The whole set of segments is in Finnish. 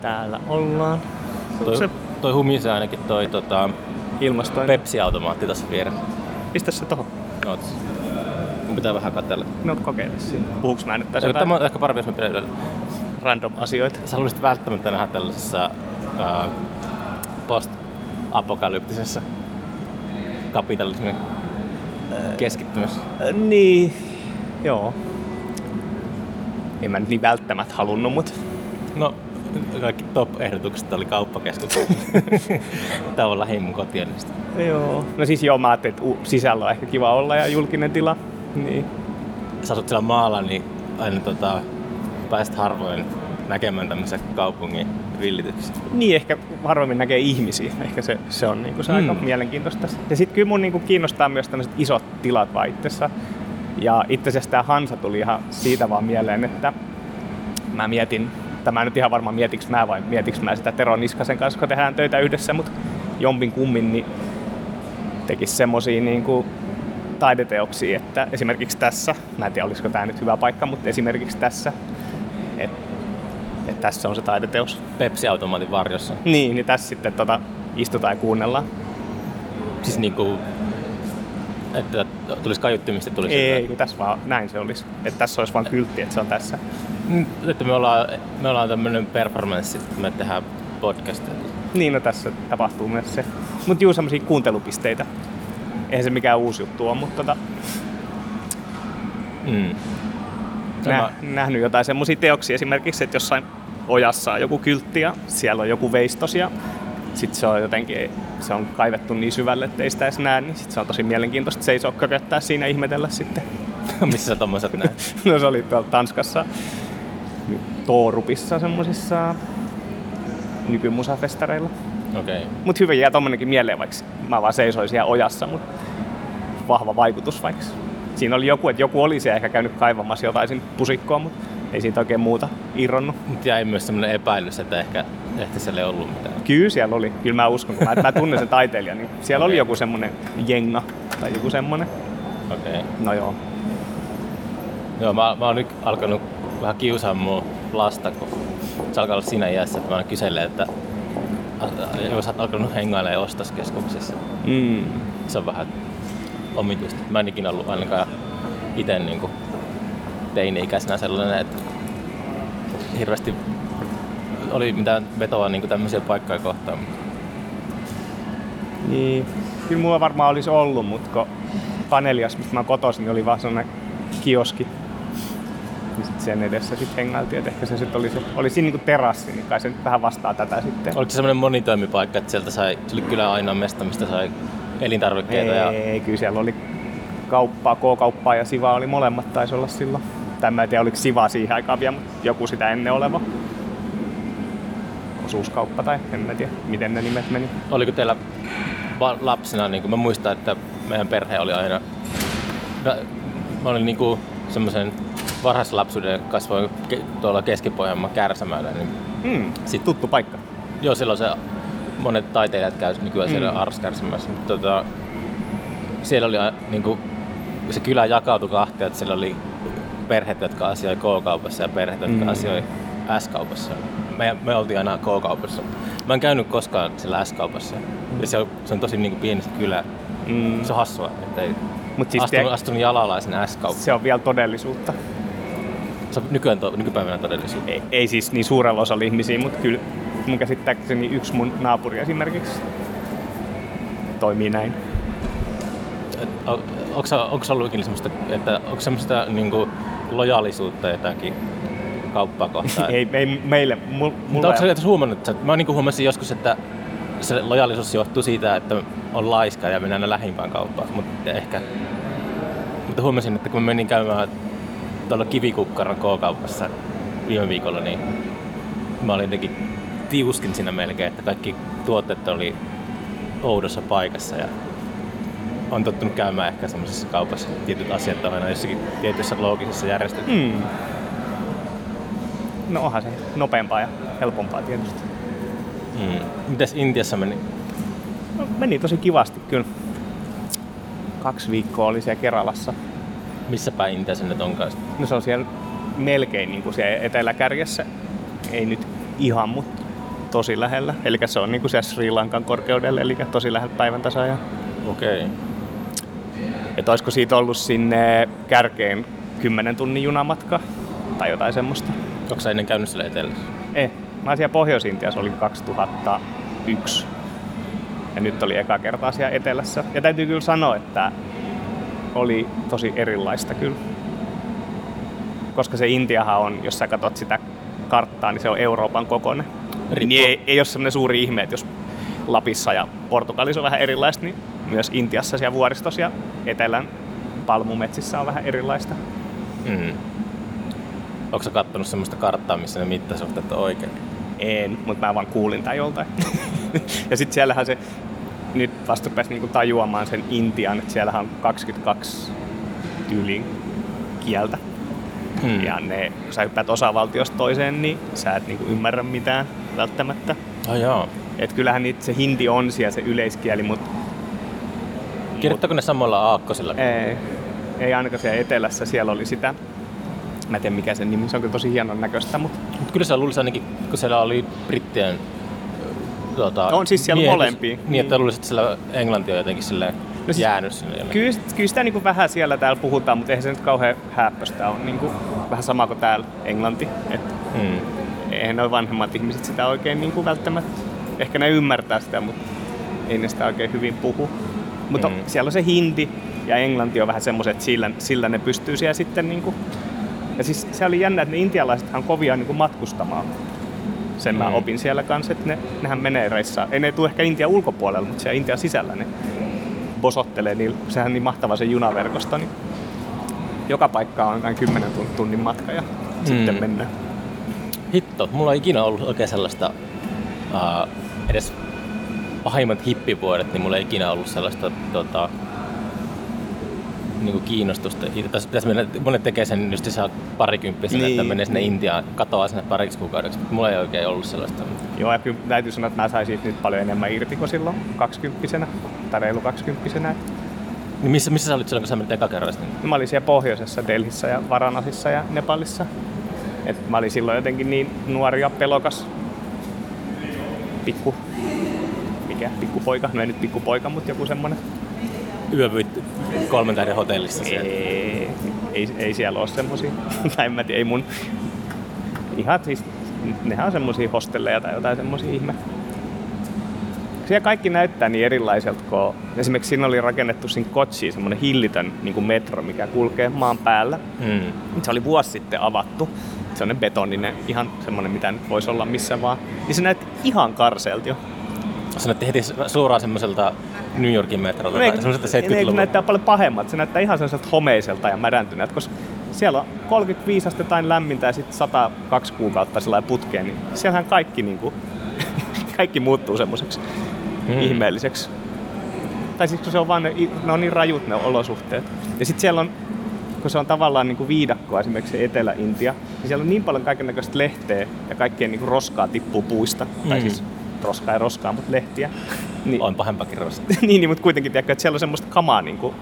Täällä ollaan. Toi humisee ainakin toi Ilmastointi. Pepsi-automaatti tässä vieressä. Pistä se tohon. Mun pitää vähän katsella. No kokeile siinä. Puhuks mä nyt tässä jotain? Tämä on ehkä parempi, jos mä pidän Random asioita. Sä haluaisit välttämättä nähdä tällaisessa post-apokalyptisessa kapitalismin keskittymässä. Niin, joo. En mä nyt niin välttämättä halunnut, mut... No, kaikki top-ehdotukset oli kauppakeskuksessa. Tää on lähin mun kotienistä. Joo. No siis joo, mä ajattelin, että sisällä on ehkä kiva olla ja julkinen tila. Niin. Sä asut siellä maalla, niin aina pääset harvoin näkemään tämmöisiä kaupungin villityksiä. Niin, ehkä harvemmin näkee ihmisiä. Ehkä se on niinku se aika mielenkiintoista. Ja sit kyllä mun niinku kiinnostaa myös tämmöiset isot tilat vaan itsessä. Ja itse asiassa tää Hansa tuli ihan siitä vaan mieleen, että mä mietin, tämä nyt ihan varmaan mietiks mä vai mietiks mä sitä Tero Niskasen kanssa, kun tehdään töitä yhdessä, mutta jompin kummin niin tekis semmosia niinku taideteoksia, että esimerkiksi tässä, mä en tiedä olisiko tää nyt hyvä paikka, mutta esimerkiksi tässä, että tässä on se taideteos. Pepsi-automaatin varjossa. Niin tässä sitten istutaan ja kuunnellaan. Siis niinku, että tulis kaiuttimista tulisi... Ei, kun tässä vaan näin se olisi. Että tässä olisi vaan kyltti, että se on tässä. Että me ollaan tämmönen performanssi, että me tehdään podcastia. Niin, no tässä tapahtuu myös se. Mut juu, semmosia kuuntelupisteitä. Eihän se mikään uusi juttu ole, mutta nähnyt jotain semmosia teoksia esimerkiksi, että jossain ojassa on joku kyltti ja siellä on joku veistos ja sit se on jotenkin, se on kaivettu niin syvälle, ettei sitä edes näe, niin sit se on tosi mielenkiintoista seisoo kököttää siinä ja ihmetellä sitten. Missä sä tommoset näet? No se oli tuolla Tanskassa Toorupissa semmosissa nykymusafestareilla. Okei. Mut hyvin jää tommonenkin mieleen, vaikka mä vaan seisoin siellä ojassa, mut vahva vaikutus vaikka. Siinä oli joku, että joku oli siellä ehkä käynyt kaivamassa jotain sinne pusikkoon, mutta ei siitä oikein muuta irronnut. Mut jäi myös semmonen epäilys, että ehkä siellä ei ollut mitään. Kyllä siellä oli. Kyllä mä uskon, kun mä tunnen sen taiteilijan, niin siellä oli joku semmonen jenga tai joku semmonen. Okei. No joo. Joo, mä oon nyt alkanut vähän kiusaa mun lasta, kun se alkaa olla siinä iässä, että mä aina kyselen, että jos sä oot alkanut hengailemaan ostoskeskuksessa. Se on vähän omituista. Mä en ikinä ollut ainakaan ite niinku teini-ikäisenä sellainen, että hirveästi oli mitään vetoa niinku tämmöisiä paikkoja kohtaan. Niin. Kyllä mulla varmaan olisi ollut, mutta kun Panelias, mistä mä kotoisin, niin oli vaan sellainen kioski. Ja sit sen edessä sit hengailtiin, että ehkä se sit oli siinä niinku terassi, niin kai se nyt vähän vastaa tätä sitten. Oliko se semmoinen monitoimipaikka, että sieltä se oli kyllä ainoa mesta, mistä sai elintarvikkeita? Ei, kyllä siellä oli kauppaa, K-kauppaa ja Siva oli molemmat, taisi olla silloin. Tai mä en tiedä, oliko Siva siihen aikaan vielä, mutta joku sitä ennen oleva. Osuuskauppa tai en mä tiedä, miten ne nimet meni. Oliko teillä lapsena, niin kuin mä muistan, että meidän perhe oli aina... Mä olin niin semmoisen varhaislapsuuden kasvoin tuolla Keski-Pohjanmaan Kärsämäellä. Niin tuttu paikka. Joo, silloin monet taiteilijat käy nykyään siellä Ars-Kärsämässä. Mutta siellä oli niin kuin, se kylä jakautui kahteen, että siellä oli perheet, jotka asioi K-kaupassa ja perheet, jotka asioi S-kaupassa. Me oltiin aina K-kaupassa. Mä en käynyt koskaan siellä S-kaupassa. Ja se on tosi niin kuin pieni kylä. Se on hassua, että ei astunut jalalaisen S-kauppaan. Se on vielä todellisuutta. Se on nykypäivänä todellisuutta. Ei siis niin suurella osalla ihmisiä, mutta kyllä mun käsittääkseni yksi mun naapuri esimerkiksi toimii näin. Onko ollut ikinä semmoista, että onko semmoista niinku lojaalisuutta jotakin kauppaa kohtaan? ei meille. Mutta onko sä huomannut, että mä niinku huomasin joskus, että se lojaalisuus johtuu siitä, että on laiska ja mennään lähimpään kauppaan, mutta huomasin, että kun mä menin käymään tuolla Kivikukkaran K-kaupassa viime viikolla, niin mä olin jotenkin tiuskin siinä melkein, että kaikki tuotteet oli oudossa paikassa ja on tottunut käymään ehkä semmoisessa kaupassa. Tietyt asiat on aina jossakin tietyissä loogisessa järjestelmissä. No onhan se nopeampaa ja helpompaa tietysti. Mites Intiassa meni? No, meni tosi kivasti kyllä. 2 viikkoa oli siellä Keralassa. Missä päin Intiassa nyt onkaan? No se on siellä melkein niin kuin siellä eteläkärjessä. Ei nyt ihan, mutta tosi lähellä. Eli se on niinku siellä Sri Lankan korkeudelle, eli tosi lähellä päivän tasaa. Okei. Että olisiko siitä ollut sinne kärkeen 10 tunnin junamatka tai jotain semmoista. Onko sä ennen käynyt siellä etelässä? Ei. Mä oon siellä Pohjois-Intiassa, oli 2001. Ja nyt oli eka kertaa siellä etelässä. Ja täytyy kyllä sanoa, että oli tosi erilaista kyllä. Koska se Intiahan on, jos sä katsot sitä karttaa, niin se on Euroopan kokoinen. Niin ei ole sellainen suuri ihme, että jos Lapissa ja Portugalissa on vähän erilaista, niin myös Intiassa siellä vuoristossa ja etelän palmumetsissä on vähän erilaista. Onko sä kattonut semmoista karttaa, missä ne mittasuhteet on oikein? En, mutta mä vaan kuulin tän joltain. Ja sit siellähän se, nyt vasta pääsi niinku tajuamaan sen Intian, että siellähän on 22 tyylin kieltä. Ja ne, kun sä hyppäät osavaltiosta toiseen, niin sä et niinku ymmärrä mitään välttämättä. Joo. Et kyllähän se hindi on siellä se yleiskieli, mutta... Kirjoittaako ne samalla aakkosilla? Ei ainakaan siellä etelässä. Siellä oli sitä... Mä en tiedä mikä sen nimi, se on kyllä tosi hienon näköistä, mutta... Kyllä se luulisi ainakin, kun siellä oli brittien... on siis siellä molempia. Niin, että luulisin, että siellä englanti on jotenkin silleen jäänyt sinne. Kyllä sitä niin kuin vähän siellä täällä puhutaan, mutta eihän se nyt kauhean hääppöstä ole. Niin kuin, vähän sama kuin täällä englanti. Eihän noi vanhemmat ihmiset sitä oikein niin kuin välttämättä... Ehkä ne ymmärtää sitä, mutta ei ne sitä oikein hyvin puhu. Mutta siellä on se hindi ja englanti on vähän semmoiset, että sillä ne pystyy siellä sitten... Niin kuin... Ja siis se oli jännä, että ne intialaisethan on kovia niin kuin matkustamaan. Sen mä opin siellä kanssa, että nehän menee reissaan. Ei ne tule ehkä Intian ulkopuolella, mutta siellä Intian sisällä ne bosottelee. Niin, sehän on niin mahtava se junaverkosto. Niin joka paikka on noin 10 tunnin matka ja sitten mennään. Hitto, mulla ei ikinä ollut oikein sellaista edes pahimmat hippivuodet, niin mulla ei ikinä ollut sellaista niinku kiinnostusta. Pitäisi mennä, monet tekee sen just se parikymppisenä, että menee sinne Intiaan, katoaa sinne pariksi kuukaudeksi. Mulla ei oikein ollut sellaista. Joo, ja kyllä täytyy sanoa, että mä sain siitä nyt paljon enemmän irti kuin silloin 20-vuotiaana tai reilu 20-vuotiaana. Niin missä sä olit silloin, kun sä menit eka kerran? Mä olin siellä pohjoisessa, Delhissä ja Varanasissa ja Nepalissa. Et mä olin silloin jotenkin niin nuori ja pelokas pikkupoika. No ei nyt pikkupoika, mutta joku semmonen. Yövyit 3 tähden hotellissa siellä? Ei siellä ole semmosia. Tai en mä tiedä, ei mun... Ihan siis, nehän on semmosia hostelleja tai jotain semmosia ihme. Siellä kaikki näyttää niin erilaiselta, kun esimerkiksi siinä oli rakennettu siinä Kochiin semmonen hillitön niin kuin metro, mikä kulkee maan päällä. Se oli vuosi sitten avattu. Semmonen betoninen, ihan semmonen mitä nyt voisi olla missä vaan. Niin se näytti ihan karseelta jo. Se näytti heti suoraan semmoiselta New Yorkin metrolta, semmoiselta 70-luvulta. Se näyttää paljon pahemmat. Se näyttää ihan semmoiselta homeiselta ja märäntyneeltä, koska siellä on 35 astetta lämmintä ja sitten 102 kuukautta sellainen putkeen, niin siellähän kaikki, niinku, kaikki muuttuu semmoiseksi ihmeelliseksi. Tai siis kun se on vaan ne on niin rajut ne olosuhteet. Ja sitten siellä on, kun se on tavallaan niinku viidakkoa, esimerkiksi Etelä-Intia, niin siellä on niin paljon kaikennäköistä lehteä ja kaikkien niinku roskaa tippuu puista. Tai siis roskaa, mutta lehtiä. Niin, on pahempakin roskaa. niin, mutta kuitenkin tiedätkö, että siellä on semmoista kamaa niinku...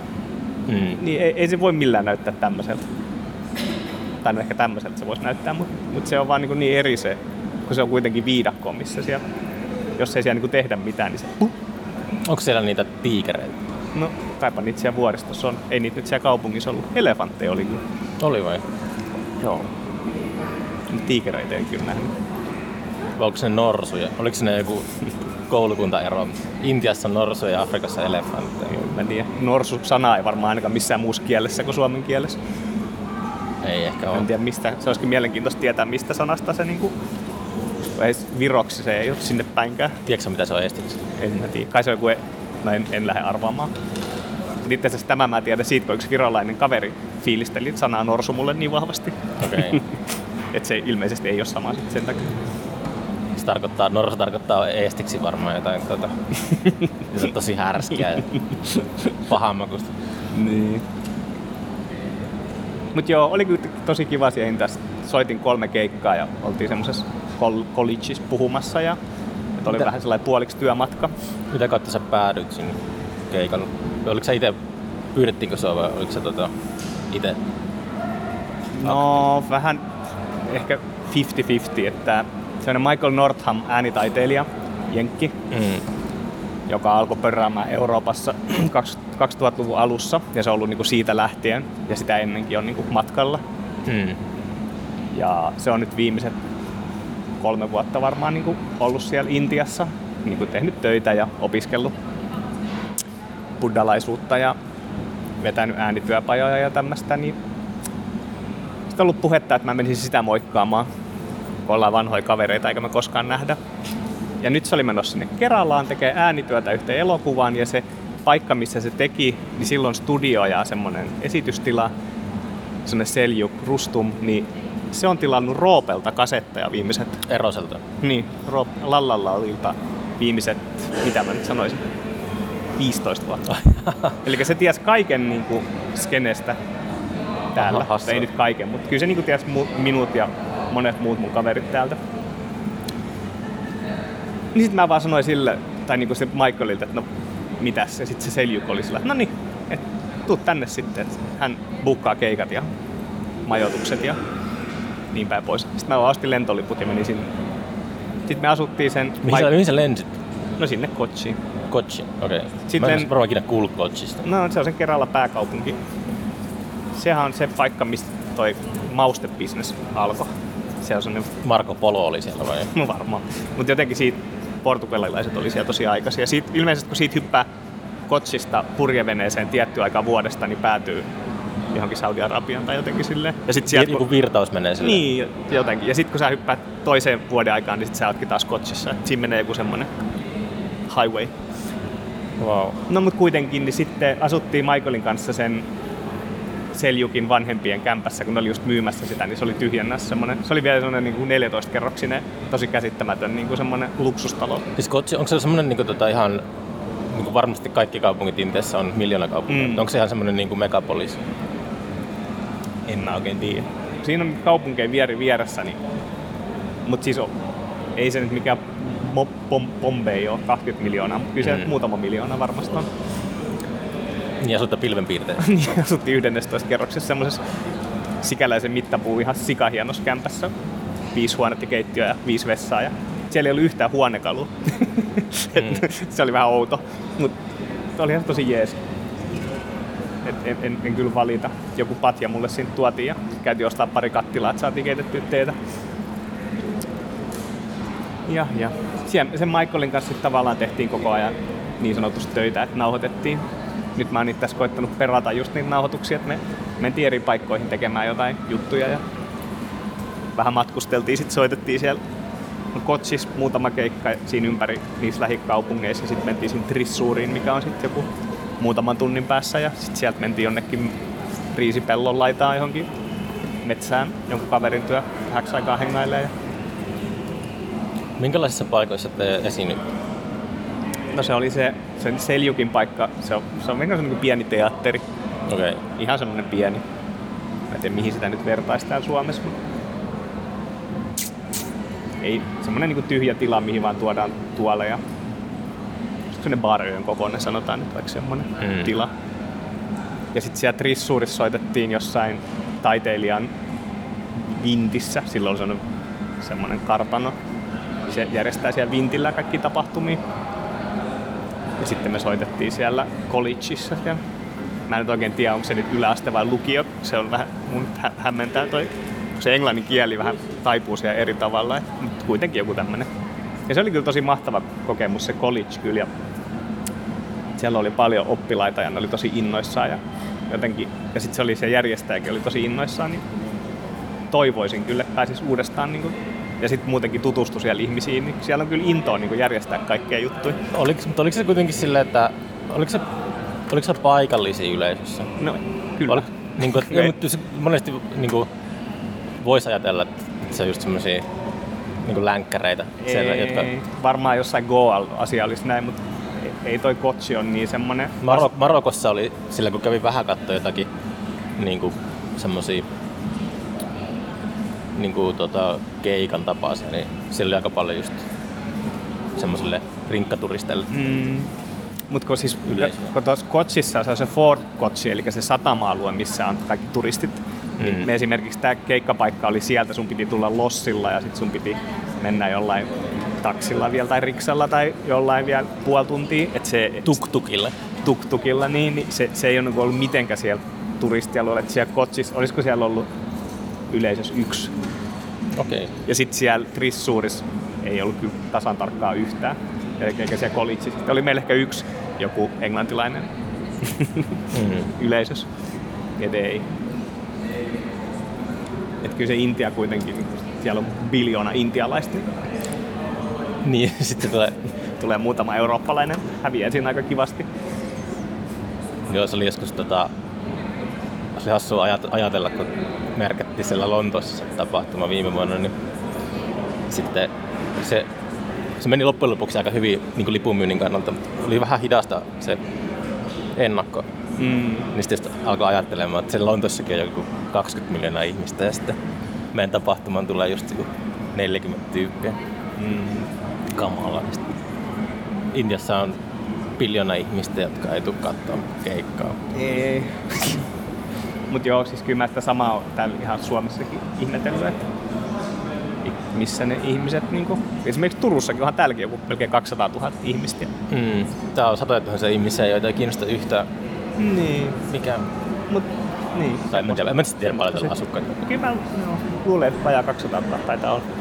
Niin ei se voi millään näyttää tämmöiseltä. Tai no ehkä tämmöiseltä se voisi näyttää, mutta se on vaan niin eri se, kun se on kuitenkin viidakko, missä siellä, jos ei siellä niin tehdä mitään, niin se... Onko siellä niitä tiikereitä? No, kaipa niitä siellä vuoristossa on. Ei niitä nyt siellä kaupungissa ollut. Elefantteja oli kyllä. Oli vai? Joo. Tiikereitä ei kyllä nähnyt. Vai onko ne norsuja? Oliko ne joku koulukuntaero? Intiassa on norsuja ja Afrikassa elefantteja. Mä en tiedä. Norsu-sana ei varmaan ainakaan missään muussa kielessä kuin suomen kielessä. Ei ehkä ole. En tiedä mistä. Se olisikin mielenkiintoista tietää, mistä sanasta se niinku... Ei viroksi se ei ole sinne päinkään. Tiedätkö mitä se on estiksi? En mä tiedä. Kai se on joku... No en lähde arvaamaan. Itse asiassa tämä mä tiedän siitä, kun yksi virolainen kaveri fiilisteli sanaa norsu mulle niin vahvasti. Okei. Että se ilmeisesti ei ole sama sitten sen takia. Norsu tarkoittaa estiksi varmaan jotain se on tosi härskiä ja pahanmakuista. Niin. Mut joo, oli kyllä tosi kiva siihen tässä. Soitin 3 keikkaa ja oltiin semmosessa collegeissa puhumassa ja oli vähän sellainen puoliksi työmatka. Mitä kautta sä päädyit sinne keikalle? Oliko sä ite, pyydettiinkö sua vai oliko sä ite? No vähän ehkä 50-50, että sellainen Michael Northam äänitaiteilija, jenkki, joka alkoi pörräämään Euroopassa 2000-luvun alussa, ja se on ollut niinku siitä lähtien, ja sitä ennenkin on niinku matkalla. Ja se on nyt viimeiset 3 vuotta varmaan niinku ollut siellä Intiassa, niinku tehnyt töitä ja opiskellut buddhalaisuutta ja vetänyt äänityöpajoja ja tämmöistä. Niin sitten on ollut puhetta, että mä menisin sitä moikkaamaan, kun ollaan vanhoja kavereita eikä me koskaan nähdä. Ja nyt se oli menossa sinne Keralaan tekee äänityötä yhteen elokuvaan, ja se paikka, missä se teki, niin silloin studio ja semmoinen esitystila, semmoinen Seljuk Rustum, niin se on tilannut Roopelta kasetteja viimeiset... Eroselta. Niin, Lallallalilta viimeiset, mitä mä nyt sanoisin, 15 vuotta. Eli se ties kaiken niin kuin skenestä täällä. Ei nyt kaiken, mutta kyllä se niin kuin ties minut ja monet muut mun kaverit täältä. Niin sit mä vaan sanoin sille, tai niinku se Michaelilta, että no mitäs, ja sit se Seljuk oli sillä, no niin, et tuu tänne sitten, että hän buukkaa keikat ja majoitukset ja niin päin pois. Sitten mä vaan ostin lentoliput ja menin sinne. Sitten me asuttiin sen... Mihin sä lensit? No sinne Kochiin. Kochiin, okei. Mä en varmaan ikinä kuullut Kochista. No se on sen Kerala pääkaupunki. Sehän on se paikka, mistä toi maustebisnes alkoi. Se on sellainen... Marco Polo oli siellä vai? No varmaan. Mutta jotenkin siitä portugalilaiset oli siellä tosi aikaisin. Ja siitä, ilmeisesti kun siitä hyppää Kochista purjeveneeseen tiettyä aikaa vuodesta, niin päätyy johonkin Saudi-Arabiaan tai jotenkin silleen. Ja sit sieltä, joku virtaus menee silleen. Niin, jotenkin. Ja sitten kun sä hyppäät toiseen vuoden aikaan, niin sit sä ootkin taas Kochissa. Siinä menee joku semmonen highway. Wow. No mut kuitenkin, niin sitten asuttiin Michaelin kanssa sen Seljukin vanhempien kämpässä, kun ne oli just myymässä sitä, niin se oli tyhjennässä semmonen. Se oli vielä semmonen niin 14-kerroksinen, tosi käsittämätön niin semmonen luksustalo. Siis Kochi, onko se semmonen niin ihan niin varmasti kaikki kaupungit Intiassa on miljoonakaupunki. Onko se ihan semmonen niin megapolis? En mä oikein tiedä. Siinä on kaupunkeja vieressä, niin... Mut siis ei se nyt mikään Bombay ole 20 miljoonaa, mutta kyllä se muutama miljoona varmasti on. Niin asutta pilvenpiirteitä. Niin asuttiin 11 kerroksessa semmosessa sikäläisen mittapuu ihan sikahienossa kämpässä. 5 huonetta, keittiöä ja 5 vessaa. Ja siellä ei ollut yhtään huonekalua. Se oli vähän outo, mutta oli ihan tosi jees. En kyllä valita. Joku patja mulle siinä tuotiin ja käytiin ostaa pari kattilaa, että saatiin keitettyä teetä. Ja sen Michaelin kanssa tavallaan tehtiin koko ajan niin sanotusti töitä, että nauhoitettiin. Nyt mä oon tässä koittanut perata just niitä nauhoituksia, että me mentiin eri paikkoihin tekemään jotain juttuja ja vähän matkusteltiin, sit soitettiin siellä Kochissa muutama keikka siinä ympäri niissä lähikaupungeissa ja sitten mentiin sinne Trissuuriin, mikä on sitten joku muutaman tunnin päässä ja sitten sieltä mentiin jonnekin riisipellon laitaan johonkin metsään jonkun kaverin työ vähäksi aikaa hengailee. Minkälaisissa paikoissa te esiinnytte? No se oli se Seljukin paikka, se on semmoinen pieni teatteri. Okay. Ihan semmoinen pieni. Mä en tiedä mihin sitä nyt vertaisi täällä Suomessa. Ei semmoinen niin tyhjä tila, mihin vaan tuodaan tuoleja. Semmoinen baaröön kokoinen sanotaan nyt vaikka semmoinen tila. Ja sitten siellä Trissuurissa soitettiin jossain taiteilijan vintissä. Silloin on semmoinen kartano. Se järjestää siellä vintillä kaikki tapahtumia. Ja sitten me soitettiin siellä collegeissa. Mä en nyt oikein tiedä, onko se nyt yläaste vai lukio. Se on vähän, mun hämmentää toi. Se englannin kieli vähän taipuu siellä eri tavalla, mutta kuitenkin joku tämmönen. Ja se oli kyllä tosi mahtava kokemus se college kyllä. Ja siellä oli paljon oppilaita ja ne oli tosi innoissaan. Ja sitten se oli se järjestäjäkin oli tosi innoissaan. Niin toivoisin kyllä, että pääsis uudestaan niin kuin, ja sitten muutenkin tutustui siellä ihmisiin, niin siellä on kyllä intoa niin kuin järjestää kaikkea juttuja. Mutta oliko se kuitenkin silleen, että oliko se paikallisia yleisössä? No, kyllä. Monesti niin kuin, voisi ajatella, että se on just semmosia niin länkkäreitä siellä, jotka... Varmaan jossain Goa-asia olisi näin, mutta ei toi Kochi on niin semmonen... Marokossa oli, sillä kun kävin vähän katsoa jotakin niin kuin semmosia niinku keikan tapaisia, niin siellä oli aika paljon just semmosille rinkkaturisteille. Mut kun tuossa Kochissa se on se Fort Kochi, eli se satama-alue, missä on kaikki turistit, Me esimerkiksi tämä keikkapaikka oli sieltä, sun piti tulla lossilla ja sit sun piti mennä jollain taksilla vielä tai riksalla tai jollain vielä puoli tuntia. Tuktukilla, niin se ei ole ollut mitenkään siellä turistialueella. Että siellä Kotsissa, olisiko siellä ollut yleisössä 1? Okei. Ja sitten siellä Trissuurissa ei ollut kyllä tasan tarkkaan yhtään. Eikä siellä Collegeissa. Sitten oli meillä ehkä 1 joku englantilainen yleisössä. Et ei. Et kyllä se Intia kuitenkin, siellä on biljoona intialaista. Niin, sitten tulee muutama eurooppalainen, häviää siinä aika kivasti. Joo, se oli joskus se hassua ajatella, kun merkattiin siellä Lontoossa se tapahtuma viime vuonna, niin sitten se meni loppujen lopuksi aika hyvin niin kuin lipunmyynnin kannalta. Oli vähän hidasta se ennakko. Niin sitten alkoi ajattelemaan, että siellä Lontoossakin on joku 20 miljoonaa ihmistä ja sitten meidän tapahtumaan tulee just 40 tyyppiä. Kamala. Indiassa on biljoona ihmistä, jotka ei tule katsomaan keikkaa. Ei. Mut joo, siis kyllä mä sitä samaa on täällä ihan Suomessakin ihmetellyt, että missä ne ihmiset niinku... Esimerkiksi Turussakin onhan täälläkin joku melkein 200 000 ihmistä. Tää on 100 000 ihmisiä, joita ei kiinnosta yhtään. Niin. Mikään. Mut niin. Tai en tiedä paljon täällä asukkaita. Kyllä mä luulen, että vajaa 200 000 taitaa olla.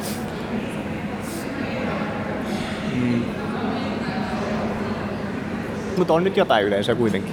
Mutta on nyt jotain yleisöä kuitenkin.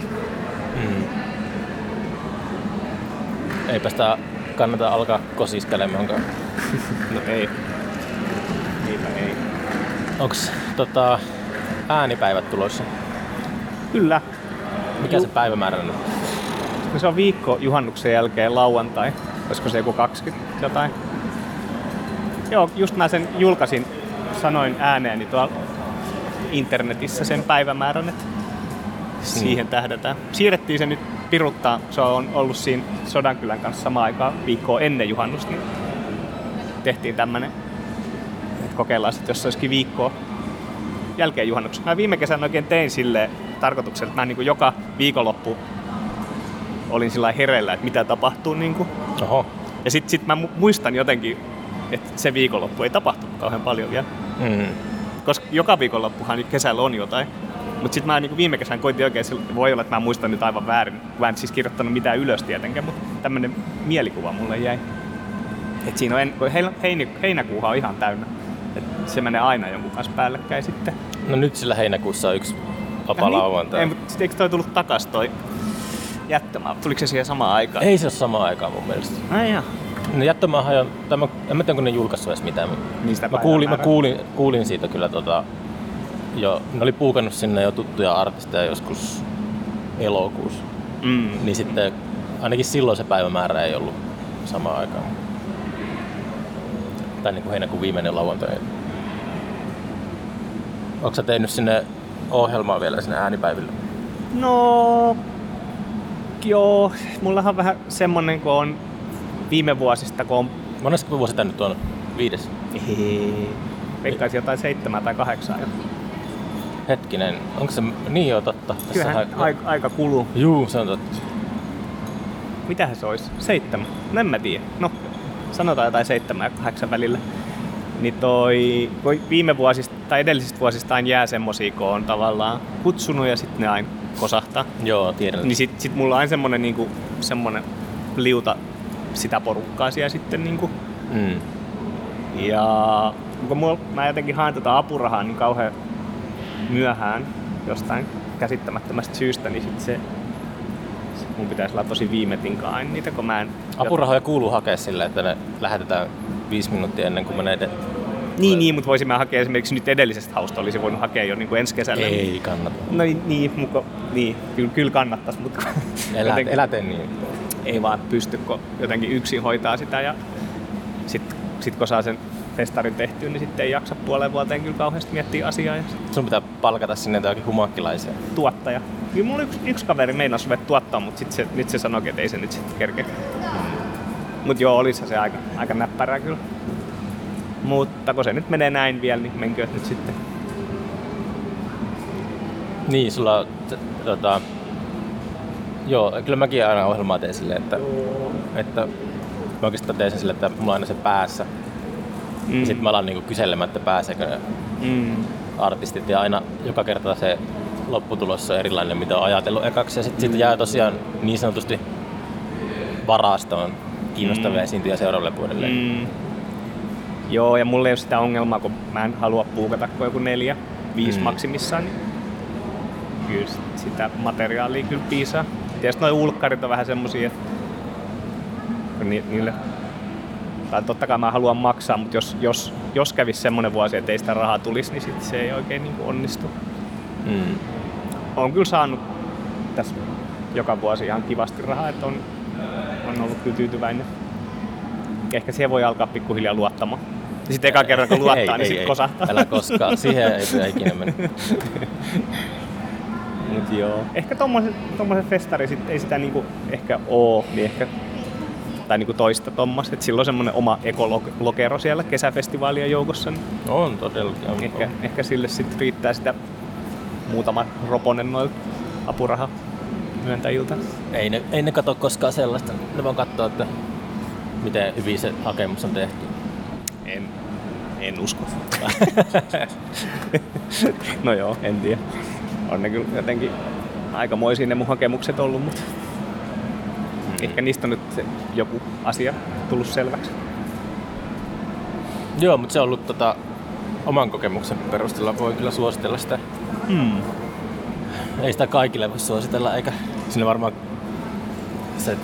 Eipä sitä kannata alkaa kosiskelemaan. No ei. Niitä ei. Onks äänipäivät tulossa? Kyllä. Mikä se päivämäärä on? No se on viikko juhannuksen jälkeen lauantai. Olisiko se joku 20 jotain? Joo, just mä sen julkaisin, sanoin ääneeni tuolla internetissä sen päivämäärän, että siihen tähdätään. Siirrettiin se nyt piruttaa, se on ollut siinä Sodankylän kanssa samaan aikaan viikkoa ennen juhannusta, niin tehtiin tämmönen, että kokeillaan sitten, jos se olisikin viikkoa jälkeen juhannuksen. Mä viime kesänä oikein tein silleen tarkoituksella, että mä niin kuin joka viikonloppu olin sillä hereillä, että mitä tapahtuu. Niin kuin. Oho. Ja sit mä muistan jotenkin, että se viikonloppu ei tapahtunut kauhean paljon vielä. Koska joka viikonloppuhan nyt kesällä on jotain. Mutta sitten mä niin viime kesän koitin oikein, voi olla, että mä muistan nyt aivan väärin. Mä en siis kirjoittanut mitään ylös tietenkään, mutta tämmönen mielikuva mulle jäi. Et siinä on heinäkuuhan on ihan täynnä. Et se menee aina jonkun kanssa päällekkäin sitten. No nyt sillä heinäkuussa on yksi vapaa lauantai. Ei, mutta eikö toi tullut takas toi Jättömaa? Tuliko se siihen samaan aikaan? Ei se ole samaan aikaan mun mielestä. Ai jaa. No Jättömaahan on, en mä tiedä kun ne julkaissut edes mitään. Mä kuulin siitä kyllä jo, ne oli puukannut sinne jo tuttuja artisteja joskus elokuussa. Niin sitten ainakin silloin se päivämäärä ei ollut samaan aikaan. Tai niin kuin heinäkuun viimeinen lauantai. Ootko sä tehnyt sinne ohjelmaa vielä sinne äänipäiville? No... Joo, mullahan on vähän semmonen, kun on viime vuosista, kun on... Monesko vuosi tää nyt on? 5? Veikkaisin jotain 7 tai 8 jo. Hetkinen, onko se... Niin joo, totta. Kyllähän aika kuluu. Juu, se on totta. Mitähän se olisi? 7? No en mä tiedä. No, sanotaan jotain 7 ja 8 välillä. Niin viime vuosista tai edellisistä vuosista aina jää semmosia, kun on tavallaan kutsunut ja sitten ne aina kosahtaa. Joo, tiedän. Niin sit mulla on aina semmonen niinku, semmonen liuta sitä porukkaa siellä sitten niinku. Ja kun mä jotenkin haen tätä apurahaa niin kauhean myöhään jostain käsittämättömästä syystä, niin sit mun pitäisi olla tosi viimetinkaan aina niitä, kun mä en... Apurahoja kuuluu hakea silleen, että ne lähetetään 5 minuuttia ennen kuin menee Niin, mutta voisimme hakea esimerkiksi nyt edellisestä hausta, olisi voinut hakea jo niin kuin ensi kesällä. Ei kannata. No niin, kyllä kannattaisi, mutta eläten niin. Ei vaan pysty, kun jotenkin yksin hoitaa sitä ja sit kun saa sen festarin tehtyä, niin sitten ei jaksa puoleen vuoteen kyllä kauheasti miettiä asiaa. Sun pitää palkata sinne jotakin humakkilaisia. Tuottaja. Kyllä mulla yksi kaveri meinasi ruveta tuottaa, mutta nyt se sanoikin, että ei se nyt sitten kerkeä. Mut joo, olisihan se aika näppärää kyllä. Mutta kun se nyt menee näin vielä, niin menkööt nyt sitten. Niin, sulla joo, kyllä mäkin aina ohjelmaa teen silleen, että mä oikeastaan teen sen sille, että mulla on aina se päässä. Ja sit mä alan niinku kyselemättä pääseekö ne artistit. Ja aina joka kerta se lopputulos on erilainen, mitä on ajatellut ekaksi. Ja sitten jää tosiaan niin sanotusti varastoon kiinnostavia esiintyjä seuraavalle vuodelle. Joo, ja mulla ei ole sitä ongelmaa, kun mä en halua puukata kuin joku 4-5 maksimissaan. Niin kyllä sitä materiaalia kyllä piisaa. Tietysti noi ulkkarit on vähän semmosia, että niille... Tai totta kai mä haluan maksaa, mutta jos kävisi semmonen vuosi, että ei sitä rahaa tulisi, niin sit se ei oikein niin kuin onnistu. Olen kyllä saanut tässä joka vuosi ihan kivasti rahaa, että on ollut kyllä tyytyväinen. Ehkä siihen voi alkaa pikkuhiljaa luottamaan. Ja sitten eka kerran kun luottaa, niin sitten kosahtaa. Älä koskaan. Siihen ei pidä ikinä mennä. Mut joo. Ehkä tommosen festari sit ei sitä niinku ehkä oo, niin ehkä tai niinku toista tommasta, että sillä on semmonen oma ekolokero siellä kesäfestivaalien joukossa. Niin on todellakin. Ehkä sille sit riittää sitä muutama roponen noilta apuraha myöntäjiltä. Ei ne katso koskaan sellaista. Ne vaan katsoo, että miten hyvin se hakemus on tehty. En usko. No joo, en tiedä. On ne kyllä jotenkin aikamoisia ne mun hakemukset ollut, mutta ehkä niistä on nyt joku asia tullut selväksi. Joo, mutta se on ollut oman kokemuksen perusteella voi kyllä suositella sitä. Ei sitä kaikille voi suositella, eikä sinne varmaan se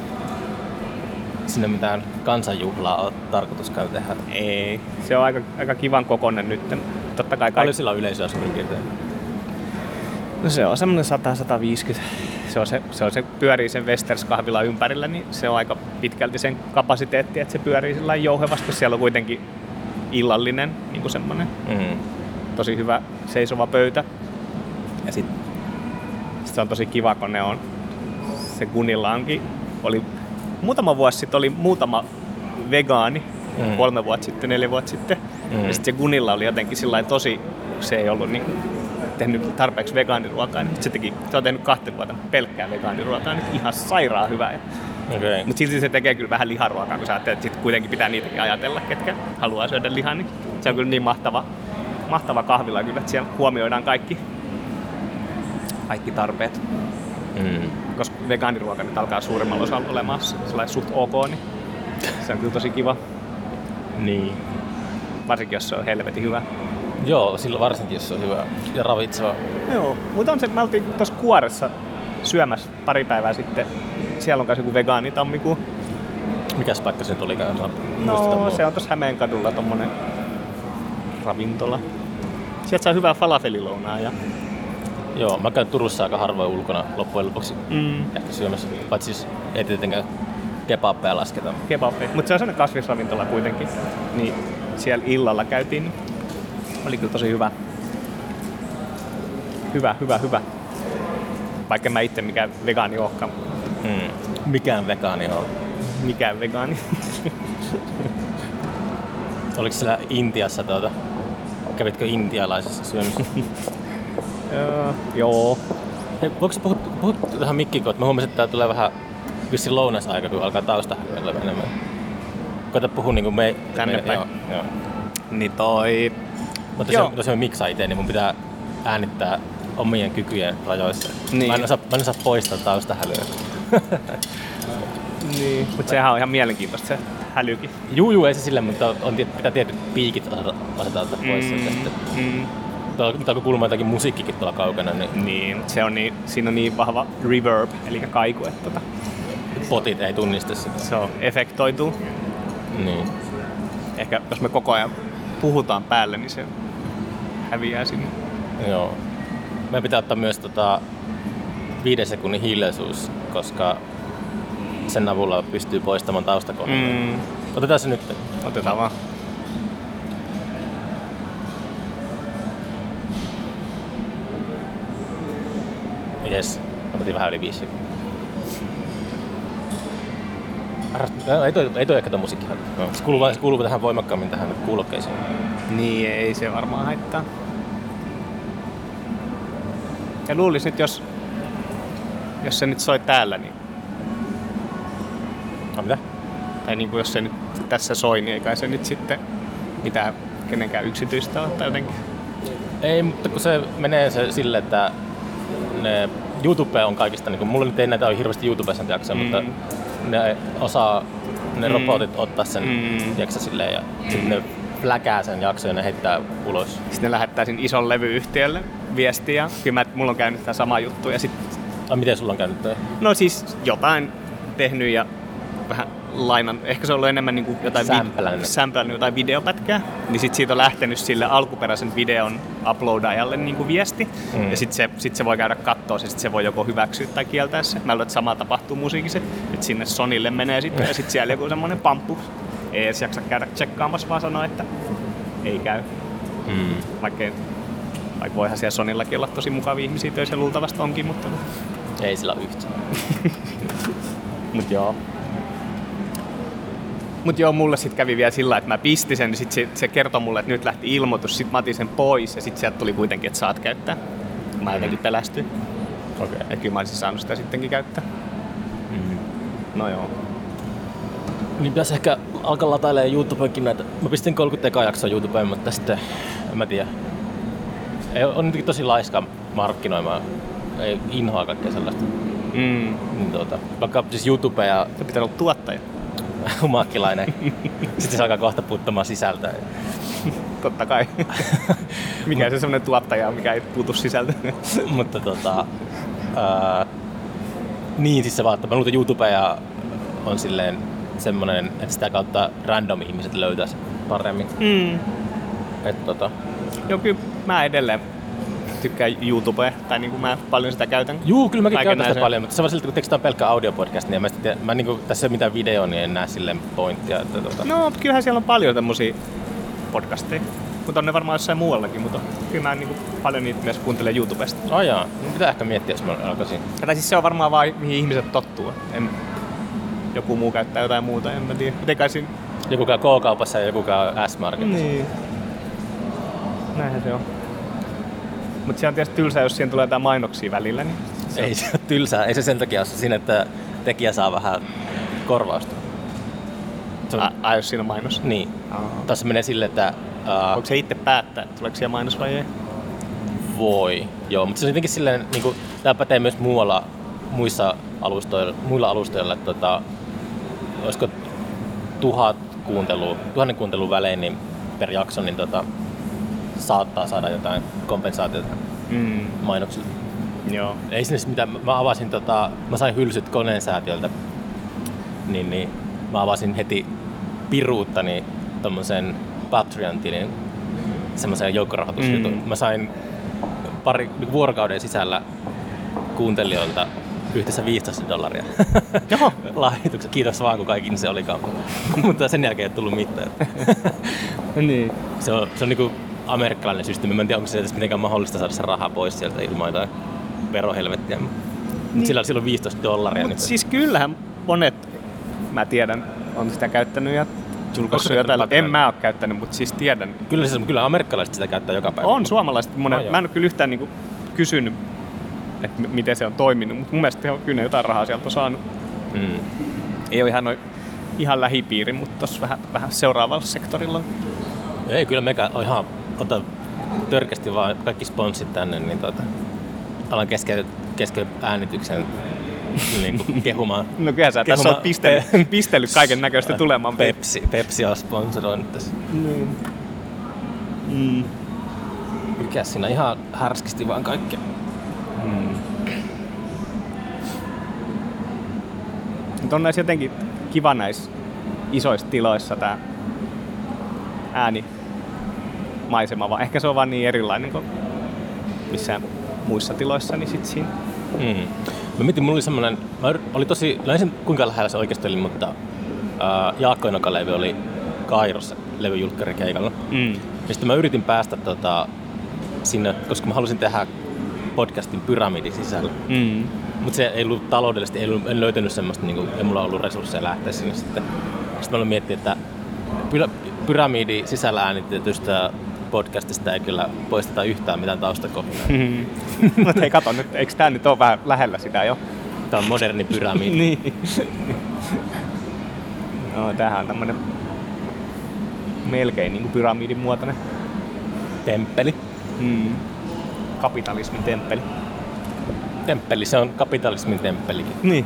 sinne mitään kansanjuhlaa on tarkoituskaan tehdä. Ei, se on aika kivan kokoinen nyt. Totta kai paljon sillä on yleisöä suurin piirtein? No se on semmonen 100-150. Se pyörii sen Westers-kahvilan ympärillä, niin se on aika pitkälti sen kapasiteetti, että se pyörii sillä jouhevasti. Siellä on kuitenkin illallinen, niin kuin semmonen tosi hyvä seisova pöytä. Ja sit se on tosi kiva, kun ne on. Se Gunillaankin oli muutama vuosi sitten oli muutama vegaani, 3 vuotta sitten, 4 vuotta sitten. Ja sitten se Gunilla oli jotenkin sillain tosi, se ei ollut niin tehnyt tarpeeksi vegaaniruokaa, niin se on tehnyt 2 vuotta pelkkää vegaaniruokaa, niin ihan sairaan hyvää. Okay. Mutta silti se tekee kyllä vähän liharuokaa, kun sä ajattelet, että sit kuitenkin pitää niitäkin ajatella, ketkä haluaa syödä lihaa. Niin se on kyllä niin mahtava kahvila kyllä, että siellä huomioidaan kaikki tarpeet. Koska vegaaniruoka nyt alkaa suurimmalla osalla olemaan sellainen suht ok, niin se on kyllä tosi kiva. Niin. Varsinkin jos se on helvetin hyvä. Joo, silloin varsinkin jos se on hyvä ja ravitseva. Joo, mutta on se, me oltiin tuossa Kuoressa syömässä pari päivää sitten. Siellä on myös joku vegaanitammikuu. Mikäs paikka se nyt olikaan? No, se on tuossa Hämeenkadulla tommonen ravintola. Sieltä saa hyvää falafelilounaa ja... Joo, mä käyn Turussa aika harvoin ulkona loppujen lopuksi ehkä syömässä. Paitsi siis ei tietenkään kebabbeja lasketa. Kebabbeja, mutta se on sellainen kasvisravintola kuitenkin. Niin siellä illalla käytiin, niin oli kyllä tosi hyvä. Hyvä. Vaikka mä itse mikään vegaani olekaan. Mikään vegaani on. Mikään vegaani. Oliko siellä Intiassa kävitkö intialaisessa syömisessä? Joo. Hei, voiko sä puhua tähän mikkiin, että mä huomasin, että tää tulee vähän vissiin lounasaika, kun alkaa taustahälyä enemmän. Koita puhua niinku tänne päin. Joo. Niin toi... Mutta tosiaan miksaa itse, niin mun pitää äänittää omien kykyjen rajoissa. Niin. Mä en osaa poistaa taustahälyä. Niin. Mut sehän on ihan mielenkiintoista se hälykin. Juu, ei se sille, mutta pitää tietyt piikit asettaa pois. Nyt alkoi kuulemaan jotakin musiikkikin tuolla kaukana. Niin, siinä on niin vahva reverb, eli kaiku, että potit ei tunnista sitä. Se on efektoituu. Niin. Ehkä jos me koko ajan puhutaan päälle, niin se häviää sinne. Joo. Meidän pitää ottaa myös 5 sekunnin hiljaisuus, koska sen avulla pystyy poistamaan taustakoneen. Otetaan se nyt. Otetaan vaan. Jes, otettiin vähän yli 5 sekuntia. Ei toi ehkä tuo musiikki. No. Se kuuluu tähän voimakkaammin tähän kuulokkeisiin. Niin, ei se varmaan haittaa. Ja luulis nyt, jos se nyt soi täällä, niin... No mitä? Tai niin kuin jos se nyt tässä soi, niin eikä se nyt sitten mitään kenenkään yksityistä ole tai jotenkin. Ei, mutta kun se menee se sille, että ne YouTube on kaikista, niin kuin, mulla nyt ei näitä ole hirveästi YouTubessa jaksoja, mutta ne osaa ne robotit ottaa sen jaksa silleen ja sitten ne fläkää sen jakson ja ne heittää ulos. Sitten ne lähettää sinne ison levyyhtiölle viestiä. Kyllä mulla on käynyt tämä sama juttu. Ja miten sulla on käynyt toi? No siis jotain tehnyt ja vähän lainan. Ehkä se on ollut enemmän niin kuin jotain sämpälännyt jotain videopätkää. Niin sit siitä on lähtenyt sille alkuperäisen videon uploadajalle niin kuin viesti. Ja sit se voi käydä kattoo ja sit se voi joko hyväksyä tai kieltää se. Mä luulen, että sama tapahtuu musiikissa. Että sinne Sonylle menee sitten ja sit siellä joku semmonen pamppu. Ei edes jaksa käydä tsekkaamassa, vaan sanoo, että ei käy. Vaikka voihan siellä Sonyllakin olla tosi mukavia ihmisiä töissä, luultavasti onkin, mutta... Ei sillä ole yhtään. Mut joo, mulle sit kävi vielä sillä, että mä pistin sen, niin sit se kertoi mulle, että nyt lähti ilmoitus, sit mä otin sen pois ja sit sieltä tuli kuitenkin, että saat käyttää. Mä jotenkin pelästyin. Okei. Että kyllä mä olisin saanut sitä sittenkin käyttää. No joo. Niin pitäisi ehkä alkaa latailemaan YouTubekin näitä. Mä pistin 30 ekaa jaksoa YouTubeen, mutta sitten en mä tiedä. On jotenkin tosi laiska markkinoimaan. Ei inhoa kaikkea sellaista. Niin vaikka siis YouTube ja... Se pitää olla tuottaja. Humakkilainen. Sitten se alkaa kohta puuttumaan sisältöä. Totta kai. Mikä se semmonen tuottaja, mikä ei puutu sisältöön. Mutta niin siis se vaan, että mä luulen YouTubea ja on silleen semmonen, että sitä kautta random ihmiset löytäis paremmin. Joo, kyllä mä edelleen tykkään YouTubea, tai niinku mä paljon sitä käytän. Juu, kyllä mäkin käytän sitä paljon, mutta se on silti, kun tekstää pelkkä audiopodcast, niin mä niinku, tässä ei ole mitään videoa, niin en näe silleen pointtia. No, kyllähän siellä on paljon tämmösiä podcasteja, mutta on ne varmaan jossain muuallakin, mutta kyllä mä niinku paljon niitä myös kuuntelen YouTubesta. Oh jaa, pitää ehkä miettiä, jos mä alkaisin. Tai siis se on varmaan vaan, mihin ihmiset tottuu. Joku muu käyttää jotain muuta, en mä tiedä. Mitenkään joku käy K-kaupassa ja joku käy S-marketissa. Niin. Näinhän se on. Mut se on tietysti tylsää, jos siihen tulee jotain mainoksia välillä. Niin ei se ole tylsää. Ei se sen takia ole siinä, että tekijä saa vähän korvausta. Jos siinä on mainos? Niin. Tässä menee silleen, että... Onko se itse päättää, että tuleeko siellä mainos vai ei? Voi, joo. Mutta se on jotenkin silleen, niin kuin, tämä pätee myös muilla alustoilla, että olisiko 1000 kuuntelun välein niin per jakso, niin saattaa saada jotain kompensaatiota mainoksille. Joo. Ei sinne mitään. Mä avasin mä sain hylsyt Koneen säätiöltä, niin mä avasin heti piruuttani tommosen Patreon-tilin, semmoisen joukkorahoitusjutun. Mä sain vuorokauden sisällä kuuntelijoilta yhteensä $15. Joo. Lahjoituksen. Kiitos vaan, kun kaikin se olikaan. Mutta sen jälkeen ei tullut mitään. Niin. Se on niinku amerikkalainen systeemi. Mä en tiedä, onko se mitenkään mahdollista saada se rahaa pois sieltä ilman jotain verohelvettiä. Niin. Sillä on $15. Mutta siis kyllähän monet, mä tiedän, on sitä käyttänyt ja julkaissut jotain. En mä oo käyttänyt, mutta siis tiedän. Kyllä amerikkalaiset sitä käyttää joka päivä. On suomalaiset monet. Mä en oo kyllä yhtään niinku kysynyt, että miten se on toiminut, mutta mun mielestä kyllä jotain rahaa sieltä on saanut. Ei ole ihan lähipiiri, mutta tossa vähän seuraavalla sektorilla. Ei, kyllä meikä on ihan törkeästi vaan kaikki sponssit tänne, niin alan kesken äänityksen niin kehumaan. No kyllä sä tässä oot pistellyt kaiken näköistä tulemaan. Pepsi on sponsoroinut tässä. Mikä siinä ihan härskisti vaan kaikkea. Nyt on näissä jotenkin kiva näissä isoissa tiloissa tää äänimaisema, vaan ehkä se on vaan niin erilainen kuin missään muissa tiloissa, niin sit siinä. Mä mietin, mulla oli semmonen, löysin kuinka lähellä se oikeasti oli, mutta Jaakko Enoka-levy oli Kairossa levyjulkkarikeikalla. Ja sitten mä yritin päästä sinne, koska mä halusin tehdä podcastin Pyramidin sisällä. Mutta se ei ollut taloudellisesti, en löytänyt semmoista, niin ei mulla ollut resursseja lähteä sinne sitten. Sitten mä aloin miettiä, että Pyramidin sisällä äänitetystä podcastista ei kyllä poisteta yhtään mitään taustakohdinaa. Mutta hei kato nyt, eikö tää nyt ole vähän lähellä sitä jo? Tää on moderni pyramidi. Niin. No, tämähän on tämmönen melkein niinku pyramidin muotoinen. Temppeli. Kapitalismin temppeli. Temppeli, se on kapitalismin temppelikin. Niin.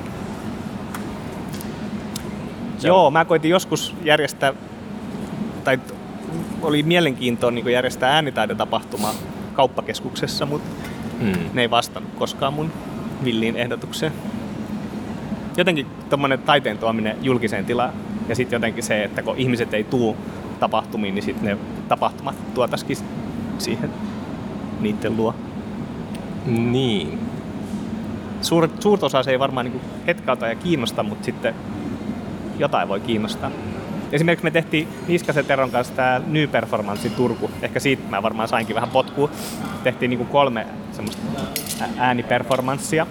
Joo, mä koitin joskus järjestää, tai oli mielenkiintoa niin järjestää äänitaidotapahtumaa kauppakeskuksessa, mutta ne ei vastannut koskaan mun villiin ehdotukseen. Jotenkin tommonen taiteen tuominen julkiseen tilaan ja sitten jotenkin se, että kun ihmiset ei tuu tapahtumiin, niin sitten ne tapahtumat tuotaisikin siihen niitten luo. Niin. Suurta osaa se ei varmaan niin hetkauta ja kiinnosta, mutta sitten jotain voi kiinnostaa. Esimerkiksi me tehtiin Niskasen Teron kanssa tää New Performance Turku. Ehkä siitä mä varmaan sainkin vähän potkua. Tehtiin niinku 3 semmoista ääniperformanssia.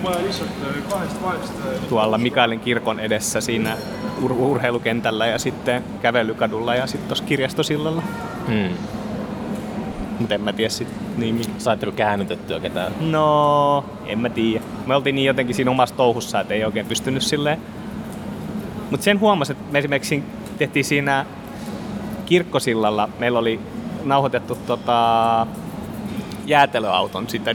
Tuolla Mikaelin kirkon edessä siinä urheilukentällä ja sitten kävelykadulla ja sitten tossa kirjastosillalla. Mut en mä tiedä sit niin. Saitteko käännytettyä ketään? No, en mä tiedä. Me oltiin niin jotenkin siinä omassa touhussa, että ei oikein pystynyt silleen. Mut sen huomasin, että me esimerkiksi tehtiin siinä kirkkosillalla, meillä oli nauhoitettu jäätelöauton sitä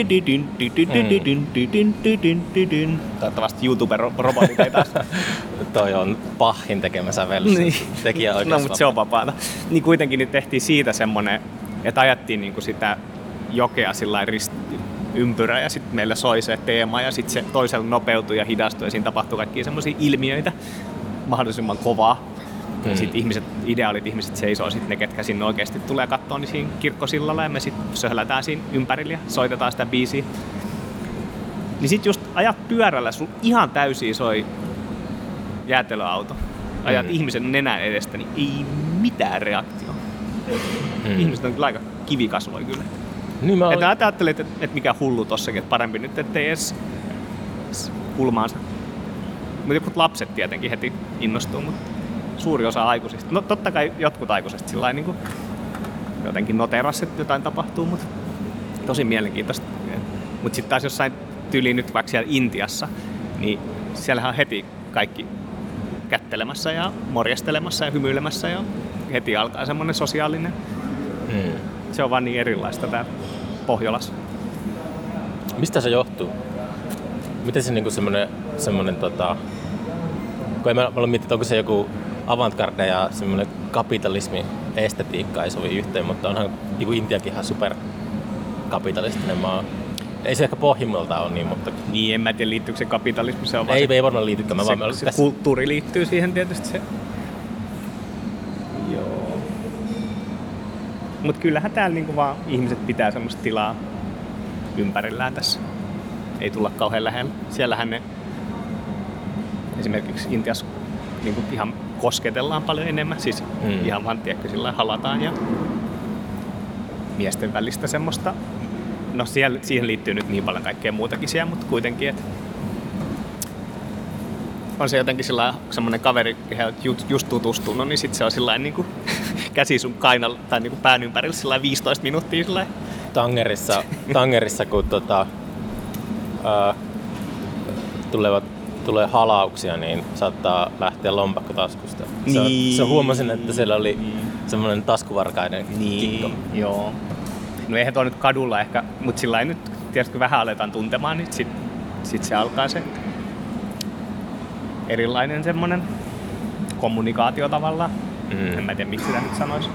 toivottavasti YouTuber-robotit ei taas. Toi on Bachin tekemä sävellys. Niin. Tekijä oikeasti. No, mutta se on vapaata. Niin kuitenkin niin tehtiin siitä semmonen, että ajettiin niinku sitä jokea sillain ympyrä ja sitten meillä soi se teema ja sitten se toisella nopeutui ja hidastui ja siinä tapahtui kaikkia semmoisia ilmiöitä mahdollisimman kovaa. Sitten ideaalit ihmiset seisoo sitten ne, ketkä sinne oikeasti tulee katsoa, niin siinä kirkkosillalla ja me sitten söhlätään siinä ympärillä ja soitetaan sitä biisiä. Niin sitten just ajat pyörällä, sun ihan täysin soi jäätelöauto. Ajat ihmisen nenän edestä, niin ei mitään reaktio. Ihmiset on kyllä aika kivikasvoi kyllä. Niin Että ajattelet, että mikä hullu tossakin, että parempi nyt, ettei edes kulmaansa. Mutta jotkut lapset tietenkin heti innostuu, mutta suuri osa aikuisista. No totta kai jotkut aikuiset sillä niin kuin jotenkin noteras, että jotain tapahtuu, mutta tosi mielenkiintoista. Mutta sitten taas jossain tyyliin nyt vaikka siellä Intiassa, niin siellähän on heti kaikki kättelemässä ja morjestelemassa ja hymyilemässä ja heti alkaa semmoinen sosiaalinen. Se on vaan niin erilaista tää Pohjolassa. Mistä se johtuu? Miten se niinku semmonen kun mä olen miettinyt, onko se joku avantgarde ja semmonen kapitalismi estetiikka ei sovi yhteen, mutta onhan niinku Intiakin ihan superkapitalistinen maa. Ei se ehkä pohjimmiltaan ole niin, mutta... Niin, en mä tiedä liittyykö se kapitalismi, se on vaan ei varmaan liitykään. Se kulttuuri liittyy siihen tietysti se. Joo. Mut kyllähän täällä niinku vaan ihmiset pitää semmoista tilaa ympärillään tässä. Ei tulla kauhean lähellä. Siellähän ne esimerkiksi Intiassa niinku ihan kosketellaan paljon enemmän. Siis ihan vaan tiedätkö sillä halataan ja miesten välistä semmoista. No siihen liittyy nyt niin paljon kaikkea muutakin siellä, mutta kuitenkin, että on se jotenkin semmoinen kaveri, johon just tutustunut, niin sit se on sillain niinku käsi sun kainalla tai niinku pään ympärillä sillain 15 minuuttia sillain. Tangerissa kun tulee halauksia, niin saattaa lähteä lompakko taskusta. Se huomasin, että siellä oli semmoinen taskuvarkainen kikko. Joo. No eihän tuo nyt kadulla ehkä, mutta sillä nyt tietysti kun vähän aletaan tuntemaan, niin sit se alkaa se erilainen semmonen kommunikaatio tavallaan. En mä tiedä, miksi sitä nyt sanoisi.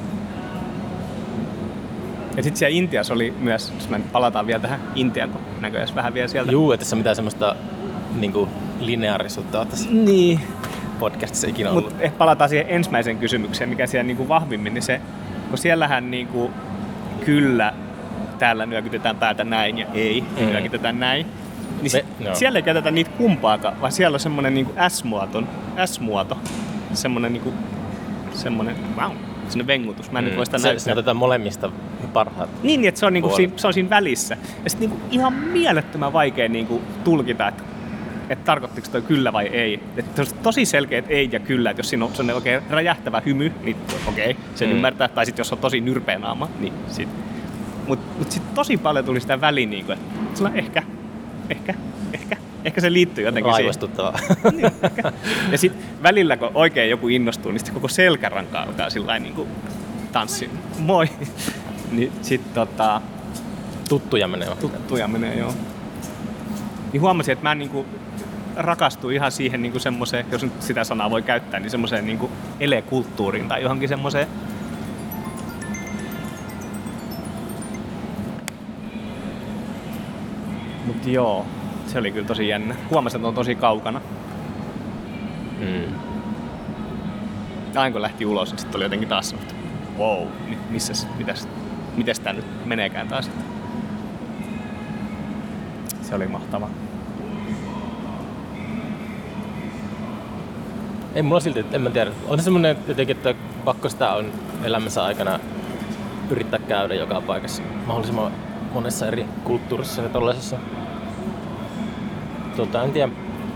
Ja sit siellä Intiassa oli myös, jos me palataan vielä tähän Intiaan, kun näköjään vähän vielä sieltä. Juu, että se mitään semmoista niinku lineaarisuutta on tässä podcastissa ikinä ollut. Mut palataan siihen ensimmäiseen kysymykseen, mikä siellä niinku vahvimmin, niin se, kun siellähän niinku kyllä täällä nyökytetään päätä näin ja ei nyökytetään näin. Niin siellä ei käytetä niitä kumpaakaan, vaan siellä on semmonen niinku S-muoto. Semmonen niinku semmonen vengutus. Mä en nyt voi sitä näyttää. Se otetaan molemmista parhaat. Niin, että se on niinku se on siinä välissä. Ja sit niinku ihan mielettömän vaikea niinku tulkita, että tarkoittiko toi kyllä vai ei. Että tosi selkeät ei ja kyllä, että jos siinä on oikein räjähtävä hymy, niin okei, sen ymmärtää. Tai sit jos on tosi nyrpeä naama, niin sit. Mut sit tosi paljon tuli sitä väliin, niinku, että sillä ehkä. Ehkä se liittyy jotenkin siihen. Raivostuttavaa. Ja sitten välillä, kun oikein joku innostuu, niin sitten koko selkäranka alkaa sillain niinku tanssin. Moi! Niin sit Tuttuja menee. Tuttuja menee, joo. Niin huomasin, että mä niinku rakastuin ihan siihen niinku semmoseen, jos nyt sitä sanaa voi käyttää, niin semmoseen niinku elekulttuuriin tai johonkin semmoseen. Mut joo, se oli kyllä tosi jännä. Huomasin, että on tosi kaukana. Aina kun lähti ulos, niin sitten oli jotenkin taas että wow, mites tää nyt meneekään taas. Se oli mahtavaa. Ei mulla silti, en mä tiedä. On se semmonen jotenkin, että pakko sitä on elämänsä aikana yrittää käydä joka paikassa. Mahdollisimman monessa eri kulttuurissa ja tollaisessa. En tiedä.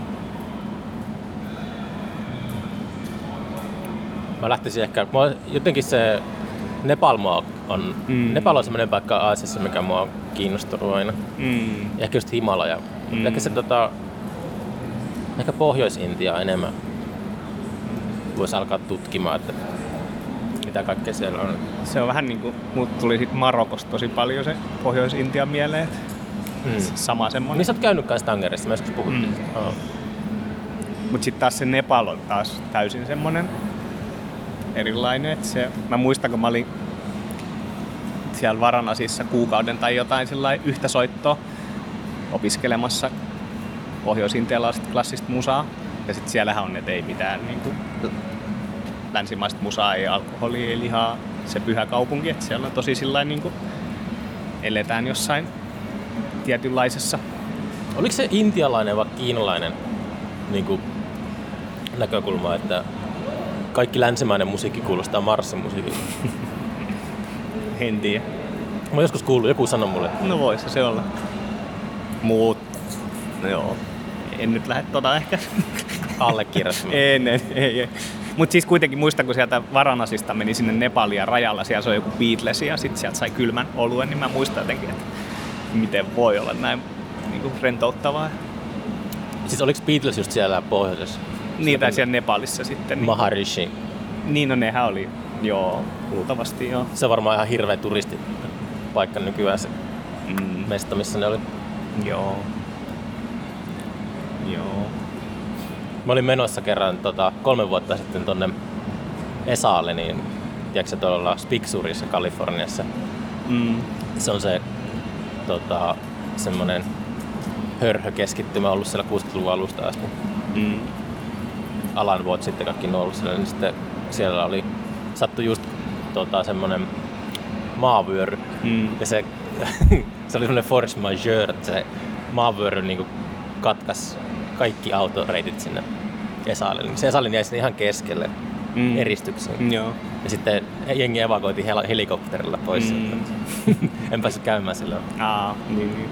Mä lähtisin ehkä, jotenkin se Nepal on semmoinen paikka Aasiassa, mikä mua on kiinnostunut aina. Ehkä just Himalaja. Ehkä se ehkä Pohjois-Intia enemmän voisi alkaa tutkimaan, että mitä kaikkea siellä on. Se on vähän niinku, mut tuli sit Marokosta tosi paljon se Pohjois-Intian mieleen. Sama semmonen. Niin sä oot käynyt kans Tangerissa, me joskus puhuttiin. Mut sit taas se Nepal on taas täysin semmonen erilainen. Mä muistan, kun mä olin siellä Varanasissa kuukauden tai jotain yhtä soittoa opiskelemassa pohjois-intialaista klassista musaa. Ja sit siellähän on, että ei mitään niinku länsimaista musaa, ei alkoholia, ei lihaa, se pyhä kaupunki. Et siellä on tosi sillain niinku eletään jossain tietynlaisessa. Oliko se intialainen vai kiinalainen niinku näkökulma, että kaikki länsimainen musiikki kuulostaa Marsin musiikilta? En tiedä. Mä oon joskus kuullut, joku sanoi mulle. No voisi se olla. No joo. En nyt lähde ehkä allekirjoittamaan. ei. Mut siis kuitenkin muistan, kun sieltä Varanasista meni sinne Nepalia rajalla, siellä se on joku Beatles ja sit sieltä sai kylmän oluen, niin mä muistan jotenkin, että miten voi olla näin niinku rentouttavaa. Siis oliks Beatles just siellä pohjoisessa? Niin, tai siellä Nepalissa sitten. Niin. Maharishi. Niin, no nehän oli. Joo, luultavasti joo. Se on varmaan ihan hirveä turistipaikka nykyään se mesta, missä ne oli. Joo. Mä olin menossa kerran 3 vuotta sitten tonne ESAlle, niin tiedätkö tuolla Spixurissa Kaliforniassa. Se on se semmonen hörhökeskittymä ollut siellä 60-luvun alusta asti. Alan vuot sitten kaikki on ollut siellä, niin sitten siellä sattui just semmonen maavyöry. Ja se oli semmonen force majeure, että se maavyöry niinku katkas kaikki autoreitit sinne ESAlle. Se ESAlle jäi sinne ihan keskelle eristykseen. Joo. Ja sitten jengi evakuoitiin helikopterilla pois. En päässyt käymään silloin. Niin.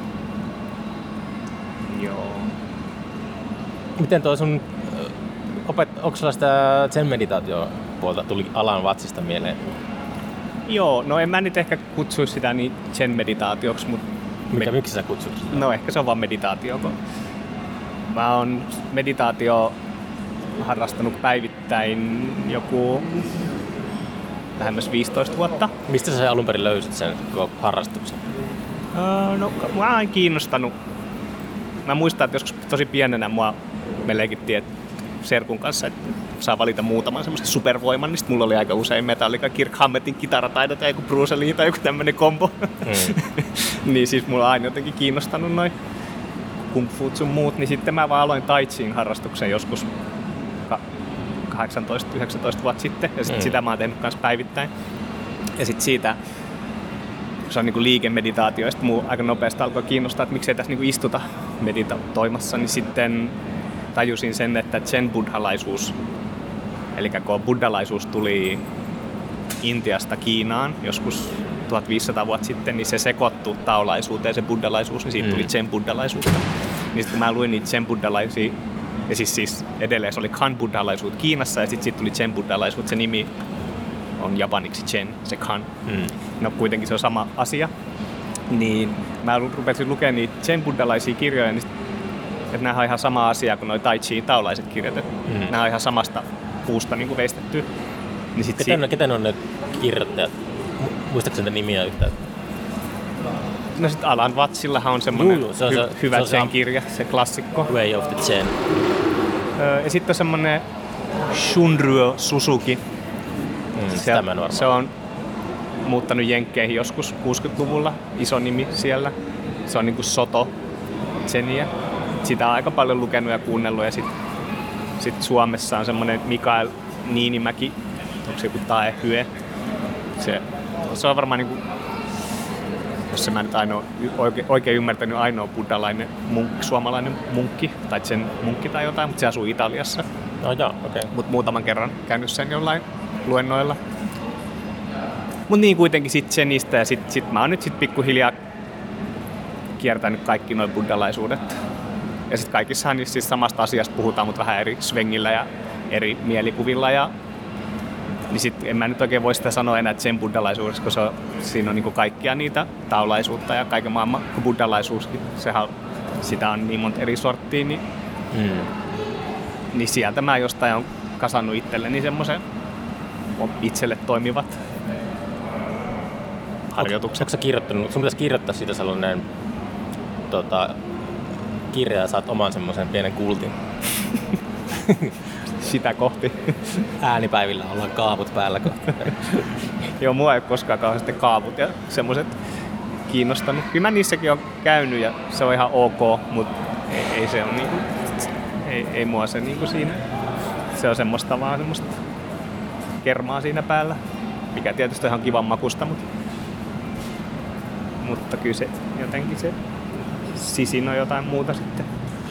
Joo. Miten tuo sun onko sulla sitä zen-meditaatio-puolta tuli Alan Wattsista mieleen? Joo, no en mä nyt ehkä kutsuisi sitä niin zen-meditaatioksi, mutta miksi sä kutsut sitä? No ehkä se on vaan meditaatio, kun mä oon meditaatio harrastanut päivittäin joku lähemmäs 15 vuotta. Mistä sä alun perin löysit sen harrastuksen? No mä oon kiinnostanut. Mä muistan, että joskus tosi pienenä mua me leikittiin serkun kanssa, että saa valita muutaman semmoisen supervoiman, niin mulla oli aika usein Metallica, Kirk Hammettin kitarataidot ja joku Bruce Lee tai joku tämmönen kombo. Niin siis mulla on aina jotenkin kiinnostanut noin kung fut sun muut, niin sitten mä vaan aloin tai chiin harrastuksen joskus 18-19 vuotta sitten, ja sit sitä mä oon tehnyt kans päivittäin. Ja sit siitä, se on niinku liikemeditaatio, ja sit mua aika nopeasti alkoi kiinnostaa, että miksei tässä niinku istuta meditoimassa, niin sitten tajusin sen, että zen-buddhalaisuus, eli kun buddhalaisuus tuli Intiasta Kiinaan joskus 1500 vuotta sitten, niin se sekoittui taolaisuuteen se buddhalaisuus, niin siitä tuli zen-buddhalaisuutta. Niin sitten kun mä luin niitä zen-buddhalaisia, ja siis edelleen se oli Khan-buddhalaisuutta Kiinassa, ja sitten siitä tuli zen-buddhalaisuutta, se nimi on japaniksi zen, se Khan. No kuitenkin se on sama asia. Niin mä rupesin lukemaan niitä zen-buddhalaisia kirjoja, niin Että nämä on ihan sama asia kuin noi Tai Chi-taulaiset kirjat. Nämä on ihan samasta puusta niin kuin veistetty. Niin Ketä on ne kirjoittajat? Muistatko sen nimiä yhtään? No sit Alan Wattsillahan on semmonen hyvä Zen-kirja, se klassikko. Way of the Zen. Ja sitten on semmonen Shunryo Suzuki. Se on muuttanut Jenkkeihin joskus 60-luvulla, iso nimi siellä. Se on niinku Soto Zeniä. Sitä on aika paljon lukenut ja kuunnellut. Ja sit Suomessa on semmonen Mikael Niinimäki, onko se joku Tae Hye. Se on varmaan niinku, jos mä nyt oikein ymmärtänyt, ainoa buddhalainen suomalainen munkki, tai sen munkki tai jotain, mutta se asuu Italiassa. No joo, okei. Mut muutaman kerran käynyt sen jollain luennoilla. Mut niin kuitenkin sit Zenistä ja sit mä oon nyt sit pikkuhiljaa kiertänyt kaikki noin buddhalaisuudet. Ja sit kaikissahan niin siis samasta asiasta puhutaan, mutta vähän eri svengillä ja eri mielikuvilla. Niin sit en mä nyt oikein voi sitä sanoa enää zen buddhalaisuudessa, koska siinä on niinku kaikkia niitä taulaisuutta ja kaiken maailman buddhalaisuuskin. Sitä on niin monta eri sorttia, niin sieltä mä jostain on kasannut itselleni semmoisen itselle toimivat harjoitukset. Onko sä kirjoittanut, sun pitäisi kirjoittaa siitä sellainen kirja ja saat oman semmoisen pienen kultin. Sitä kohti. Äänipäivillä ollaan kaavut päällä kohti. Joo, mua ei ole koskaan kauheasti kaavut ja semmoiset kiinnostanut. Kyllä mä niissäkin on käynyt ja se on ihan ok, mutta ei se on niinku, ei mua se niinku siinä. Se on semmoista vaan semmoista kermaa siinä päällä, mikä tietysti on ihan kivan makusta, mutta kyllä se jotenkin se sisin on jotain muuta sitten.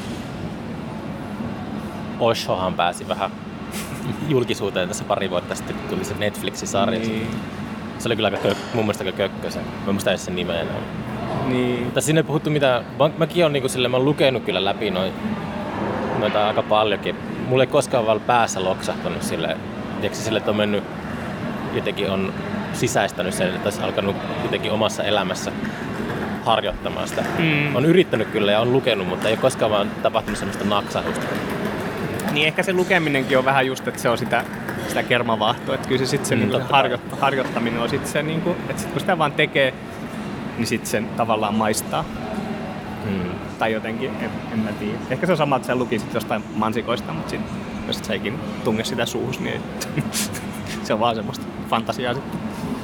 Oshohan pääsi vähän julkisuuteen tässä pari vuotta sitten, kun tuli se Netflixin-sarja. Niin. Se oli kyllä mun mielestä aika kökkösen. Mä muistan edes sen nimeä enää. Niin. Mutta siinä ei puhuttu mitään. Mäkin olen mä oon lukenut kyllä läpi noita aika paljonkin. Mulla ei koskaan vaan päässä loksahtanut silleen. Että on mennyt, jotenkin on sisäistänyt sen, että olisi alkanut jotenkin omassa elämässä harjoittamaan sitä. On yrittänyt kyllä ja on lukenut, mutta ei ole koskaan vaan tapahtunut semmoista naksahdusta. Niin ehkä se lukeminenkin on vähän just, että se on sitä kermavaahtoa. Että kyllä se sitten se niinku harjoittaminen on sitten se, niinku, että sit kun sitä vaan tekee, niin sitten sen tavallaan maistaa. Tai jotenkin, en mä tiedä. Ehkä se on sama, että sä lukisit jostain mansikoista, mutta jos et sä ikin tunge sitä suuhus, niin se on vaan semmoista fantasiaa sitten.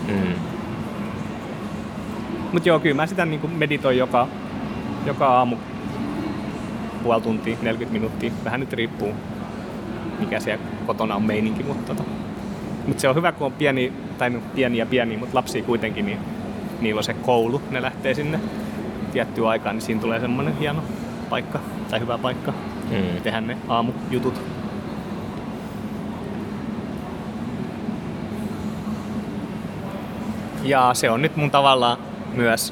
Mut joo, kyllä mä sitä niinku meditoin joka aamu puoli tuntia, 40 minuuttia. Vähän nyt riippuu, mikä siellä kotona on meininki, mutta se on hyvä, kun on pieni, mutta lapsia kuitenkin, niin niillä on se koulu. Ne lähtee sinne tiettyä aikaa, niin siinä tulee semmoinen hieno paikka tai hyvä paikka tehdä ne aamujutut. Ja se on nyt mun tavallaan myös,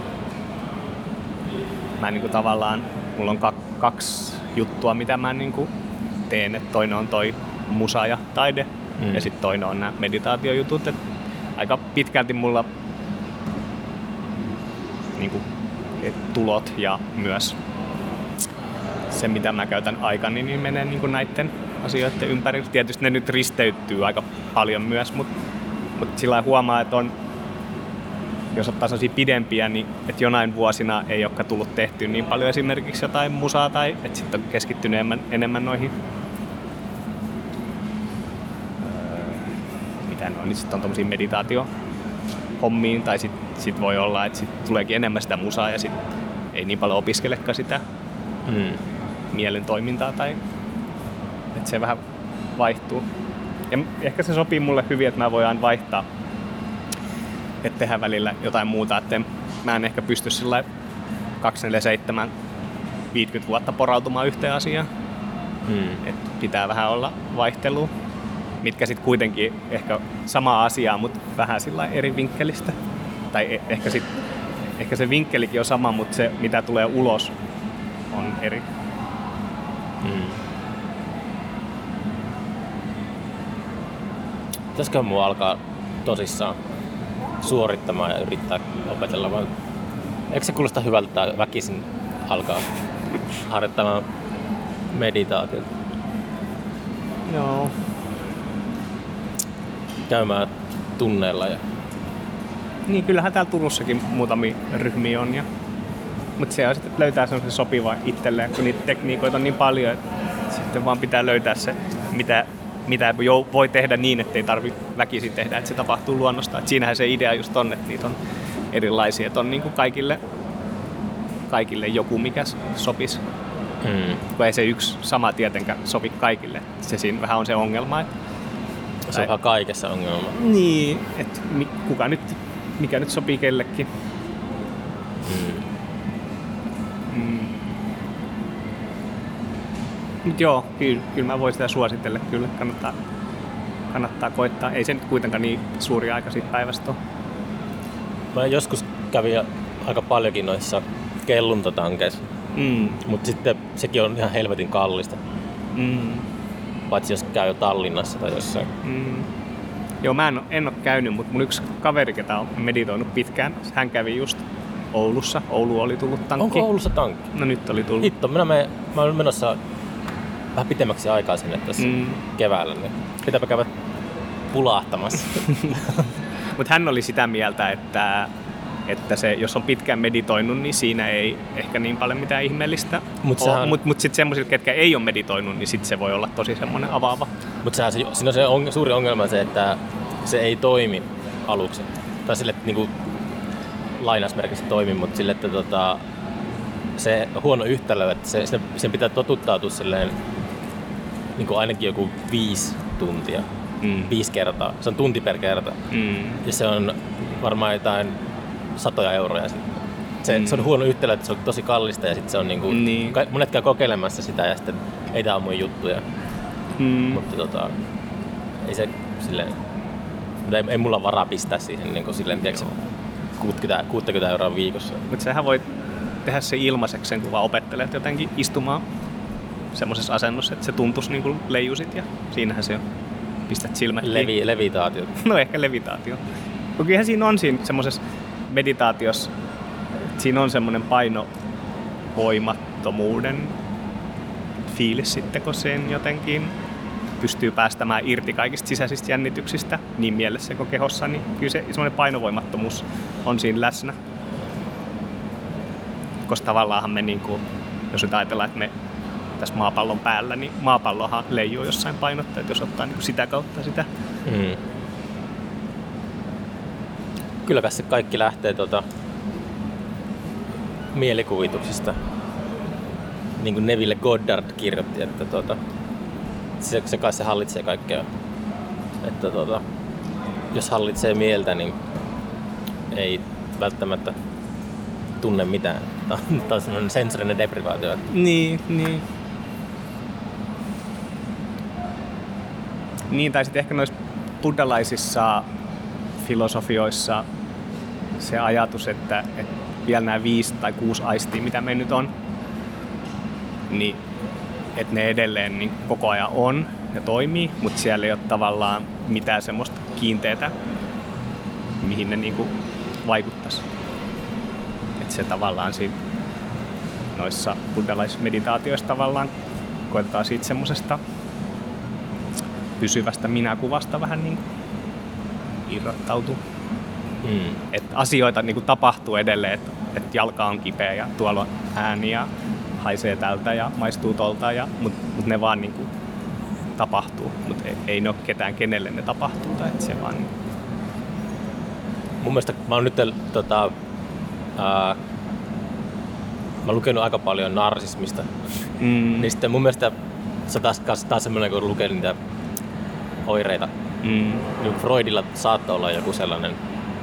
mä niinku tavallaan, mulla on kaksi juttua, mitä mä niinku teen. Et toinen on toi musa ja taide ja sitten toinen on nämä meditaatiojutut. Et aika pitkälti mulla niinku, tulot ja myös se, mitä mä käytän aikani, niin menee niinku näiden asioiden ympärillä. Tietysti ne nyt risteytyy aika paljon myös, mutta sillä huomaa, että on, jos ottaa sellaisia pidempiä, niin että jonain vuosina ei olekaan tullut tehtyä niin paljon esimerkiksi jotain musaa tai että sitten on keskittynyt enemmän noihin mitä ne on, niin sitten on tommosia meditaatiohommiin tai sit voi olla, että sit tuleekin enemmän sitä musaa ja sit ei niin paljon opiskelekaan sitä mielen toimintaa tai että se vähän vaihtuu. Ja ehkä se sopii mulle hyvin, että mä voin aina vaihtaa, että tehdä välillä jotain muuta, että mä en ehkä pysty sillä 247 50 vuotta porautumaan yhteen asiaan. Että pitää vähän olla vaihtelua, mitkä sitten kuitenkin ehkä sama asiaa, mutta vähän sillä eri vinkkelistä. Tai ehkä se vinkkelikin on sama, mutta se mitä tulee ulos on eri. Pitäisikö mun alkaa tosissaan suorittamaan ja yrittää opetella, vai eikö se kuulosta hyvältä, että väkisin alkaa harjoittamaan meditaatiota. Joo. Käymään tunneilla. Niin, kyllähän täällä Turussakin muutamia ryhmiä on. Mutta se on sitten, että löytää semmoisen sopivan itselleen, kun niitä tekniikoita on niin paljon, että sitten vaan pitää löytää se, mitä voi tehdä niin, ettei tarvitse väkisin tehdä, että se tapahtuu luonnosta. Et siinähän se idea just on, että niitä on erilaisia, että on niin kuin kaikille joku, mikä sopisi. Kun ei se yksi sama tietenkään sopi kaikille. Se siinä vähän on se ongelma. Se on vähän kaikessa ongelma. Niin, että mikä nyt sopii kellekin. Mut joo, kyllä mä voin sitä suositella. Kyllä kannattaa koittaa. Ei se nyt kuitenkaan niin suuri aika siitä päivästä ole. Mä joskus kävin aika paljonkin noissa kelluntatankeissa. Mutta sitten sekin on ihan helvetin kallista. Paitsi jos käy Tallinnassa tai jossain. Joo, mä en ole käynyt, mutta mun yksi kaveri, ketä on meditoinut pitkään, hän kävi just Oulussa. Oulu oli tullut tankki. Onko Oulussa tankki? No nyt oli tullut. Hitto, mä olen menossa vähän pitemmäksi aikaa sinne tässä keväällä. Niin pitääpä käydä pulahtamassa. Mutta hän oli sitä mieltä, että se, jos on pitkään meditoinut, niin siinä ei ehkä niin paljon mitään ihmeellistä ole. Mutta sitten semmoisille, ketkä ei ole meditoinut, niin sitten se voi olla tosi semmoinen avaava. Mutta siinä on se suuri ongelma se, että se ei toimi aluksi. Tai sille, että niinku lainausmerkissä toimi, mutta sille, että se huono yhtälö, että sen pitää totuttautua silleen niin kuin ainakin joku 5 tuntia. 5 kertaa. Se on tunti per kerta. Ja se on varmaan jotain 100 euroja. Se on huono yhtälö, että se on tosi kallista ja sitten se on monet käy kokeilemassa sitä ja sitten ei tää ole mun juttuja. Mutta ei se silleen, ei mulla varaa pistää siihen niin silleen, tiedätkö, 60 euroa viikossa. Mutta sähän voi tehdä se ilmaiseksi sen, kun vaan opettelet jotenkin istumaan semmoisessa asennossa, että se tuntuisi niin kuin leijusit ja siinähän se on. Pistät silmät levitaatio. No ehkä levitaatio. Kyllähän siinä on semmoisessa meditaatiossa, siinä on semmoinen painovoimattomuuden fiilis sitten, kun sen jotenkin pystyy päästämään irti kaikista sisäisistä jännityksistä niin mielessä kuin kehossa, niin kyllä se semmoinen painovoimattomuus on siinä läsnä. Koska tavallaanhan me, jos nyt ajatellaan, että me tässä maapallon päällä, niin maapallohan leijuu jossain painottaa, jos ottaa sitä kautta sitä. Kyllä se kaikki lähtee mielikuvituksista. Niin kuin Neville Goddard kirjoitti, että se kai se hallitsee kaikkea. Että jos hallitsee mieltä, niin ei välttämättä tunne mitään. Tämä on semmoinen sensorinen deprivaatio. Niin. Niin, tai sitten ehkä noissa buddhalaisissa filosofioissa se ajatus, että vielä nämä 5 tai 6 aistia, mitä me nyt on, niin että ne edelleen niin koko ajan on ja toimii, mutta siellä ei ole tavallaan mitään semmoista kiinteätä, mihin ne niin kuin vaikuttaisi. Että se tavallaan siinä noissa buddhalaisissa meditaatioissa tavallaan koetetaan siitä semmosesta pysyvästä minäkuvasta vähän niin kuin irrottautua. Että asioita niin kuin tapahtuu edelleen, että jalka on kipeä ja tuolla on ääni ja haisee tältä ja maistuu tolta, mutta ne vaan niin kuin tapahtuu, mutta ei ne ole ketään, kenelle ne tapahtuu. Tai että se vaan niin. Mun mielestä mä oon nyt mä oon lukenut aika paljon narsismista. Niin sitten mun mielestä se on taas semmoinen, kun lukee niitä oireita. Niin Freudilla saattoi olla joku sellainen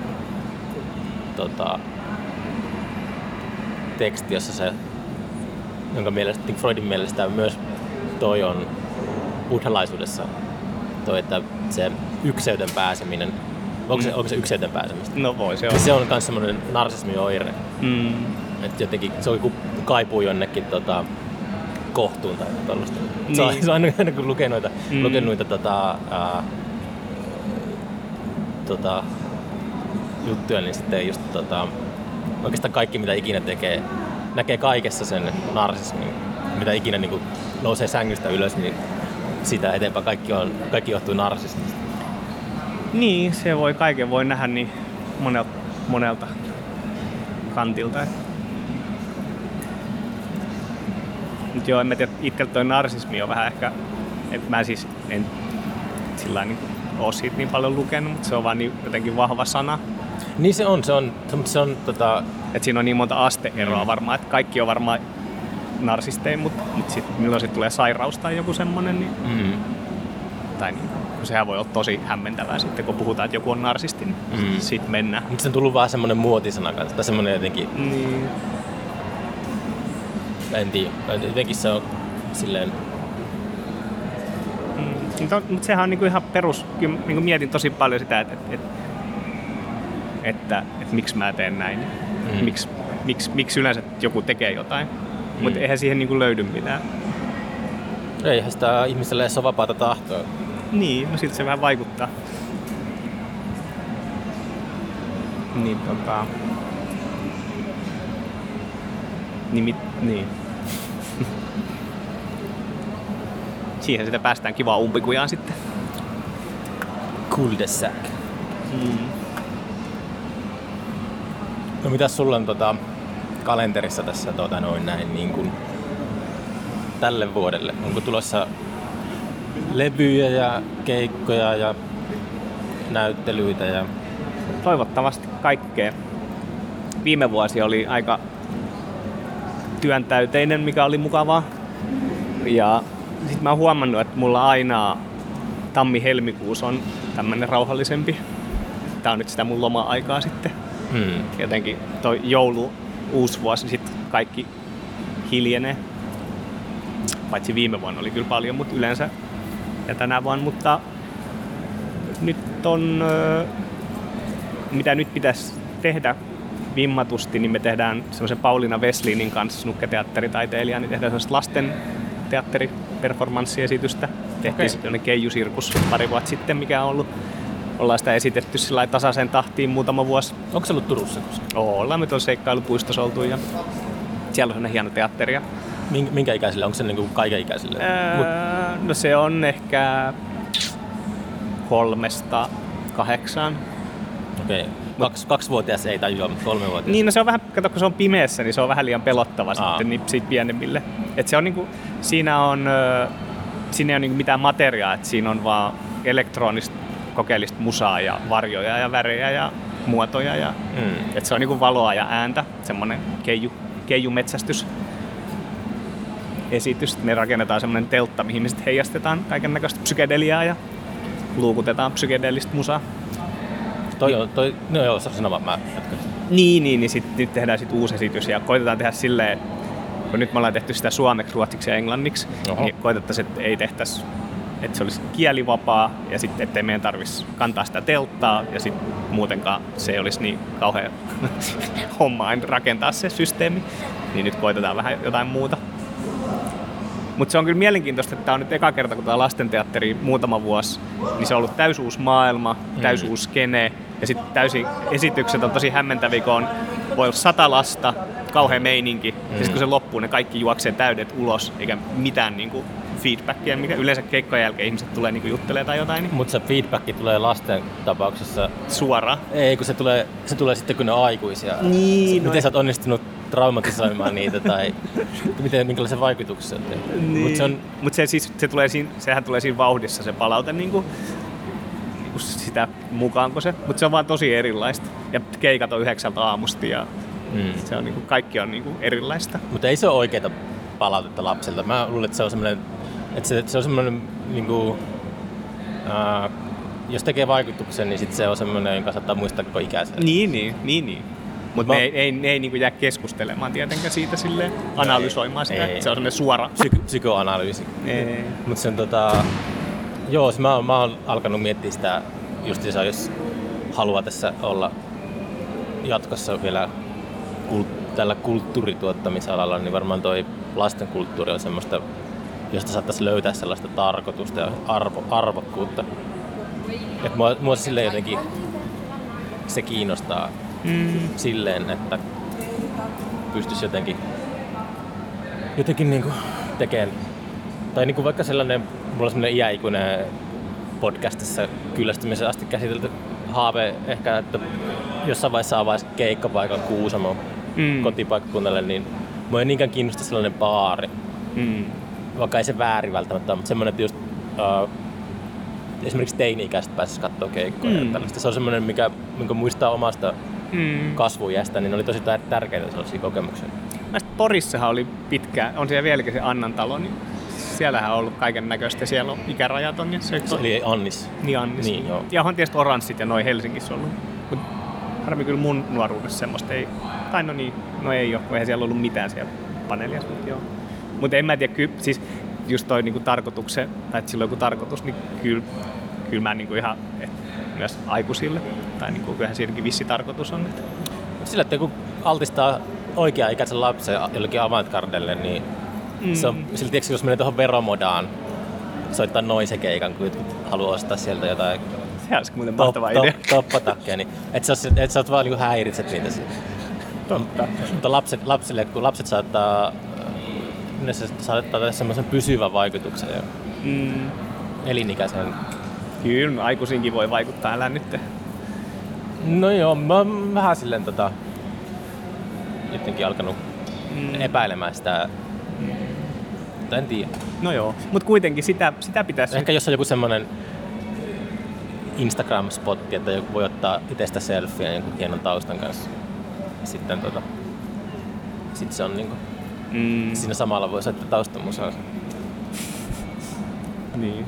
teksti, jossa se, jonka mielestä, Freudin mielestä myös toi on buddhalaisuudessa että se ykseyden pääseminen. Onko se ykseyden pääsemistä? No voi se olla. Se on myös semmoinen narsismioire. Että jotenkin se on kaipuu jonnekin kohtuun tai tollaista. Niin. Se on aina kun lukee noita juttuja, niin sitten just oikeastaan kaikki mitä ikinä tekee, näkee kaikessa sen narsismin, mitä ikinä niin kuin nousee sängystä ylös, niin sitä eteenpäin kaikki johtuu narsismista. Niin, kaiken voi nähdä niin monelta kantilta. Mut joo, en mä tiedä, itsellä toi narsismi on vähän ehkä, että mä siis en sillä niin oo siitä niin paljon lukenut, mutta se on vaan niin jotenkin vahva sana. Niin se on että siinä on niin monta aste-eroa varmaan, että kaikki on varmaan narsisteja, mutta sitten milloin sitten tulee sairaus tai joku semmonen, niin tai niin, sehän voi olla tosi hämmentävää sitten, kun puhutaan, että joku on narsisti, niin sitten mennään. Mutta se on tullut vaan semmonen muotisana kanssa, tai semmonen jotenkin... Niin. En tiedä, jotenkin se on silleen... Mutta sehän on niinku ihan perus, kyllä niinku mietin tosi paljon sitä, että miksi mä teen näin, miksi yleensä joku tekee jotain, mutta eihän siihen niinku löydy mitään. Eihän sitä ihmiselle edes ole vapaata tahtoa. Niin, no siltä se vähän vaikuttaa. Niin niin. Siihen sitä päästään kivaa umpikujaan sitten. Cul-de-sac. No mitäs sulla on kalenterissa tässä näin niin kuin tälle vuodelle? Onko tulossa levyjä ja keikkoja ja näyttelyitä? Ja... Toivottavasti kaikkea. Viime vuosi oli aika työntäyteinen, mikä oli mukavaa. Ja sit mä oon huomannut, että mulla aina tammi-helmikuussa on tämmönen rauhallisempi. Tää on nyt sitä mun loma-aikaa sitten. Jotenkin toi joulu, uusi vuosi, sit kaikki hiljenee. Paitsi viime vuonna oli kyllä paljon, mutta yleensä ja tänä vuonna. Mutta nyt on, mitä nyt pitäisi tehdä vimmatusti, niin me tehdään semmoisen Pauliina Weslinin kanssa, nukketeatteritaiteilija, niin tehdään semmoista lasten teatteriperformanssiesitystä. Tehtiin sitten Keiju-sirkus pari vuotta sitten, mikä on ollut. Ollaan sitä esitetty sillä tasaiseen tahtiin muutama vuosi. Onko se ollut Turussa koskaan? Ollaan me tuolla seikkailupuistossa oltu ja siellä on sellainen hieno teatteri. Minkä ikäisille? Onko se niinku kaiken ikäisille? No se on ehkä 3-8. Okei. 2-vuotias ei tajua, mutta 3-vuotias. Niin, no se on vähän, kato kun se on pimeässä, niin se on vähän liian pelottava sitten niin siitä pienemmille. Et se on niinku, siinä ei ole niinku mitään materiaa, että siinä on vaan elektronista kokeellista musaa ja varjoja ja värejä ja muotoja. Ja, et se on niinku valoa ja ääntä, semmonen keijumetsästys esitys. Me rakennetaan semmonen teltta, mihin me sitten heijastetaan kaikennäköistä psykedeliaa ja luukutetaan psykedeellistä musaa. No joo, sano vaan, mä jatkan. Niin nyt tehdään sit uusi esitys ja koitetaan tehdä silleen, kun nyt me ollaan tehty sitä suomeksi, ruotsiksi ja englanniksi, niin koitettaisiin, että ei tehtäisi, että se olisi kielivapaa ja sitten ettei meidän tarvitsisi kantaa sitä telttaa ja sitten muutenkaan se ei olisi niin kauhean hommaa rakentaa se systeemi, niin nyt koitetaan vähän jotain muuta. Mutta se on kyllä mielenkiintoista, että tämä on nyt eka kerta, kun tämä lastenteatteri muutama vuosi, niin se on ollut täysi uusi maailma, täysi uusi skene, ja sitten täysin esitykset on tosi hämmentäviä, kun voi olla 100 lasta, kauhea meininki, ja sitten kun se loppuu, ne kaikki juoksee täydet ulos, eikä mitään niinku feedbackia, mikä yleensä keikkojen jälkeen ihmiset tulee niinku juttelemaan tai jotain. Niin. Mutta se feedback tulee lasten tapauksessa... Suoraan? Ei, kun se tulee sitten, kun ne on aikuisia. Niin, miten sä oot onnistunut traumatisoimaan niitä tai minkälaisen vaikutuksen se on? Niin. Mutta sehän tulee siinä vauhdissa se palaute niinku sitä mukaanko se, mutta se on vaan tosi erilaista. Ja keikat on 9 aamusta ja se on niinku, kaikki on niinku erilaista. Mutta ei se ole oikeaa palautetta lapselta. Mä luulen, että se on semmoinen, että se on semmoinen niinku, jos tekee vaikutuksen, niin sit se on semmoinen, jonka saattaa muistaa koko ikänsä. Niin. Mutta ne ei niinku jää keskustelemaan tietenkään siitä silleen, analysoimaan sitä. Ei. Se on semmoinen suora psykoanalyysi. Mutta sen joo, mä oon alkanut miettiä sitä, justiinsa jos haluaa tässä olla jatkossa vielä tällä kulttuurituottamisalalla, niin varmaan toi lastenkulttuuri on semmoista, josta saattaisi löytää sellaista tarkoitusta ja arvokkuutta. Et mua silleen jotenkin se kiinnostaa silleen, että pystyisi jotenkin niinku tekemään. Tai niinku vaikka sellainen, mulla on sellainen iäikuinen podcastissa kyllästymisen asti käsitelty haave ehkä, että jossain vaiheessa avaisi keikkapaikan Kuusamon kotipaikkakunnalle, niin mua ei niinkään kiinnosta sellainen baari. Vaikka ei se väärin välttämättä, mutta semmoinen, että just esimerkiksi teini-ikäiset pääsisi katsoa keikkoja ja tällaista. Se on semmoinen, minkä muistaa omasta kasvuiästä, niin oli tosi tärkeitä sellaisia kokemuksia. Porissahan oli pitkään, on siellä vieläkin se Annan talo, niin siellähän on ollut kaiken näköistä, siellä on ikärajaton. Ja se oli Annis. Niin Annis. Niin, joo. Ja on tietysti oranssit ja noi Helsingissä ollut. Mut harmi kyllä mun nuoruudessa semmoista ei, tai no niin, no ei oo, kun eihän siellä ollut mitään siellä paneeliassa, mutta joo. Mutta en mä tiedä, siis just toi niinku tarkoituksen, tai että sillä on joku tarkoitus, niin kyllä mä niinku ihan myös aikuisille, tai niinku kyllähän siinäkin vissi tarkoitus on. Että. Sillä, että kun altistaa oikea-ikäisen lapsen jollekin avantgardelle, niin se on, sillä tiedätkö, jos menee tuohon Veromodaan, soittaa Noise-keikan, kun haluaa ostaa sieltä jotain se olisi muuten mahtava idea. Toppatakkeja, niin et sä oot vaan niinku häiritset niitä. Totta. Mutta lapsille, kun lapset saattaa tehdä semmoisen pysyvän vaikutuksen ja elinikäisen. Kyllä, aikuisinkin voi vaikuttaa, älä nyt. No joo, mä oon vähän silleen jotenkin alkanut epäilemään sitä. En tiedä. No joo, mutta kuitenkin sitä pitäisi. Ehkä jos on joku semmoinen Instagram-spotti, että joku voi ottaa itsestä selfieä jonkun hienon taustan kanssa. Sitten sit se on niinku siinä samalla voi soittaa taustamusaa. Niin.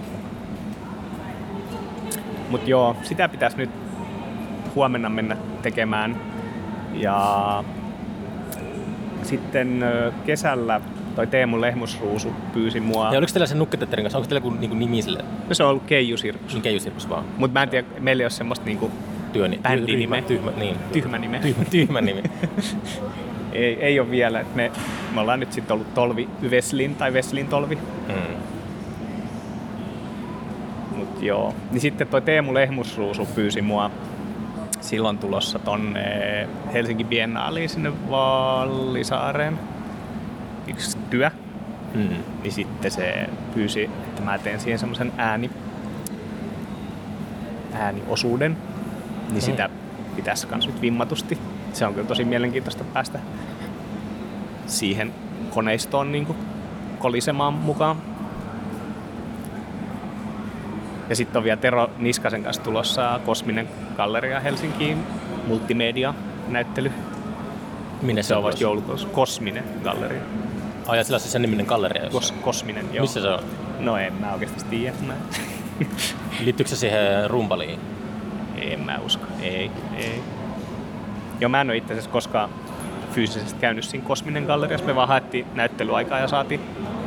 Mut joo, sitä pitäisi nyt huomenna mennä tekemään. Ja sitten kesällä toi Teemu Lehmusruusu pyysi mua. Ja oliko teillä sen Nukketetterin kanssa? Onko teillä joku niinku nimi sille? No se on ollut Keiju-sirkus. Niin Keiju-sirkus vaan. Mut mä en tiedä, meillä ei ole semmoista niinku bändinime. Tyhmä nime. Tyhmä nimi. ei ole vielä. Me ollaan nyt sitten ollut Tolvi Veslin tai Veslin Tolvi. Mut joo. Niin sitten toi Teemu Lehmusruusu pyysi mua silloin tulossa tonne Helsingin Biennaaliin sinne Vallisaareen. Yksi työ. Niin sitten se pyysi, että mä teen siihen semmosen ääniosuuden. Niin sitä pitäisi kans nyt vimmatusti. Se on kyllä tosi mielenkiintoista päästä siihen koneistoon niin kuin kolisemaan mukaan. Ja sitten on vielä Tero Niskasen kanssa tulossa Kosminen galleria Helsinkiin, multimedia-näyttely. Minne se on vasta joulukuussa? Kosminen galleria. Ja sillä on se sen niminen galleria jossain? Kosminen, joo. Missä se on? No en mä oikeasti tiedä. Liittyykö se siihen rumpaliin? En mä usko. Ei. Joo, mä en ole itse asiassa koskaan fyysisesti käynyt siinä Kosminen galleriassa. Me vaan haettiin näyttelyaikaa ja saatiin.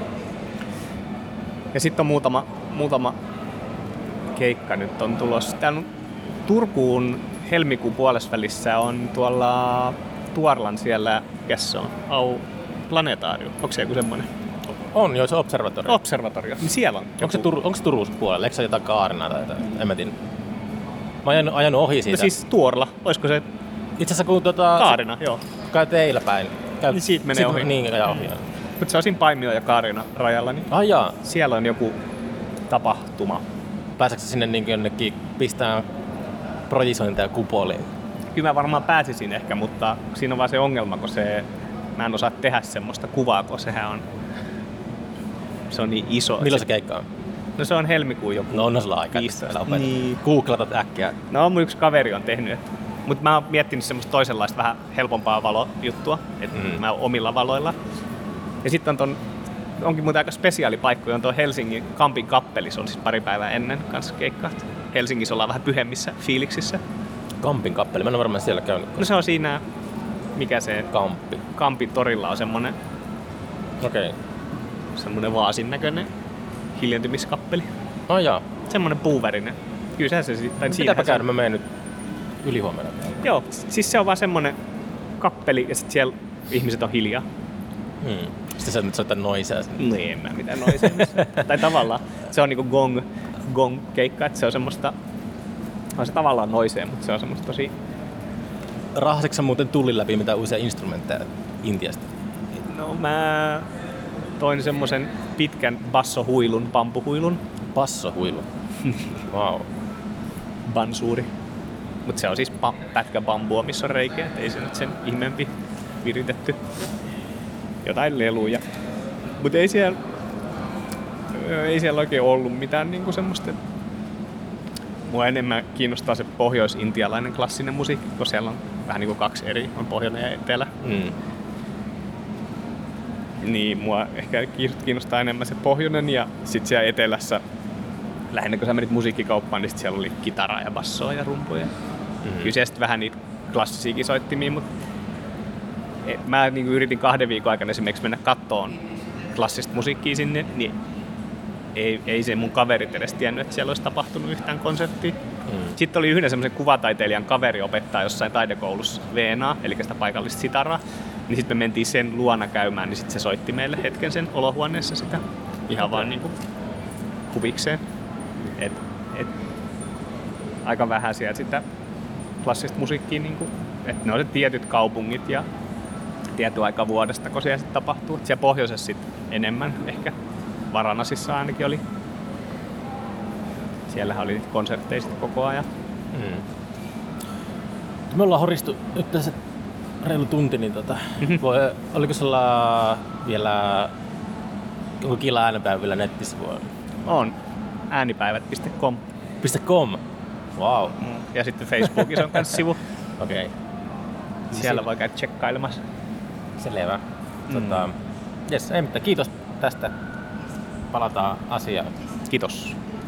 Ja sitten on muutama keikka nyt on tulossa. Täällä on Turkuun helmikuun puolesvälissä on tuolla Tuorlan siellä, mikäs se on? Planetarium. Onko se joku semmoinen? On, joo, se observatorio. Observatorio. Niin siellä on. Onko se Turussa puolella? Eikö se jotain Kaarinaa tai jotain? En mä tiedä. Mä oon ajanut ohi siitä. No siis Tuorla. Olisiko se? Itse asiassa kun Kaarina, joo. Käy teillä päin. Niin siitä menee ohi. Niin, ajaa ohi. Mutta se on siinä Paimio ja Kaarina rajalla. Niin jaa. Siellä on joku tapahtuma. Pääseekö sinne niin jonnekin pistää projisointia kupoliin? Kyllä mä varmaan pääsisin ehkä, mutta siinä on vaan se ongelma, kun mä en osaa tehdä semmoista kuvaa, kun se on niin iso. Milloin se keikka on? No se on helmikuun joku. No on sulla aikaa. Niin. Googlatat äkkiä. No mun yksi kaveri on tehnyt. Mutta mä oon miettinyt semmoista toisenlaista vähän helpompaa valojuttua, että mä oon omilla valoilla. Ja sitten onkin muuten aika spesiaalipaikkoja, on tuo Helsingin Kampin kappeli, se on siis pari päivää ennen kanssa keikkaa. Helsingissä ollaan vähän pyhemmissä fiiliksissä. Kampin kappeli, mä en ole varmaan siellä käynyt. No se on siinä, mikä se Kampin torilla on semmonen, semmonen vaasin näköinen hiljentymiskappeli. Jaa. Semmonen puuvärinen. Kyllä se sitten. Pitääpä käydä, mä menen nyt ylihuomenna. Joo, siis se on vaan semmonen kappeli ja sit siellä ihmiset on hiljaa. Sitten sä nyt soittaa noiseja. No en mä mitään noiseja. Tai tavallaan se on niinku gong keikka, että se on semmoista, on se tavallaan noisea, mutta se on semmoista tosi Rahaseksä muuten tuli läpi mitä uusia instrumentteja Intiasta? No mä toin semmosen pitkän bassohuilun, bambuhuilun. Bassohuilu. Wow. Bansuuri. Mut se on siis pätkä bambua, missä on reikiä, ei se nyt sen ihmeempi viritetty. Jotain leluja. Mut ei siellä oikein ollut mitään niinku semmoista. Mua enemmän kiinnostaa se pohjois-intialainen klassinen musiikki, kun siellä on vähän niinku kaksi eri, on pohjoinen ja etelä. Niin mua ehkä kiinnostaa enemmän se pohjoinen ja sit siellä etelässä, lähinnä kun sä menit musiikkikauppaan, niin sit siellä oli kitaraa ja bassoa ja rumpuja. Kyllä siellä vähän niitä klassisiakin soittimia, mutta mä niinku yritin 2 viikon aikana esimerkiksi mennä kattoon klassista musiikkia sinne, niin ei se mun kaverit edes tiennyt, että siellä olisi tapahtunut yhtään konserttia. Sitten oli yhden semmoisen kuvataiteilijan kaveri opettaa jossain taidekoulussa Veenaa, eli sitä paikallista sitaraa. Niin sitten me mentiin sen luona käymään, niin sitten se soitti meille hetken sen olohuoneessa sitä. Ihan vaan niinku huvikseen. Aika vähän sieltä sitä klassista musiikkia, niinku, että ne on se tietyt kaupungit ja tietty aika vuodesta, kun siellä sitten tapahtuu. Siellä pohjoisessa sitten enemmän ehkä. Varanasissa ainakin oli. Siellähän oli konsertteja koko ajan. Me ollaan horistu nyt tässä reilu tunti, niin oliko sulla vielä joku Kila äänipäivillä netissä? On. äänipäivät.com. .com? Wow. Ja sitten Facebookissa on myös sivu. Okei. Siellä voi käydä tsekkailemassa. Selvä. Jes, ei mitään. Kiitos tästä. Palataan asiaan. Kiitos.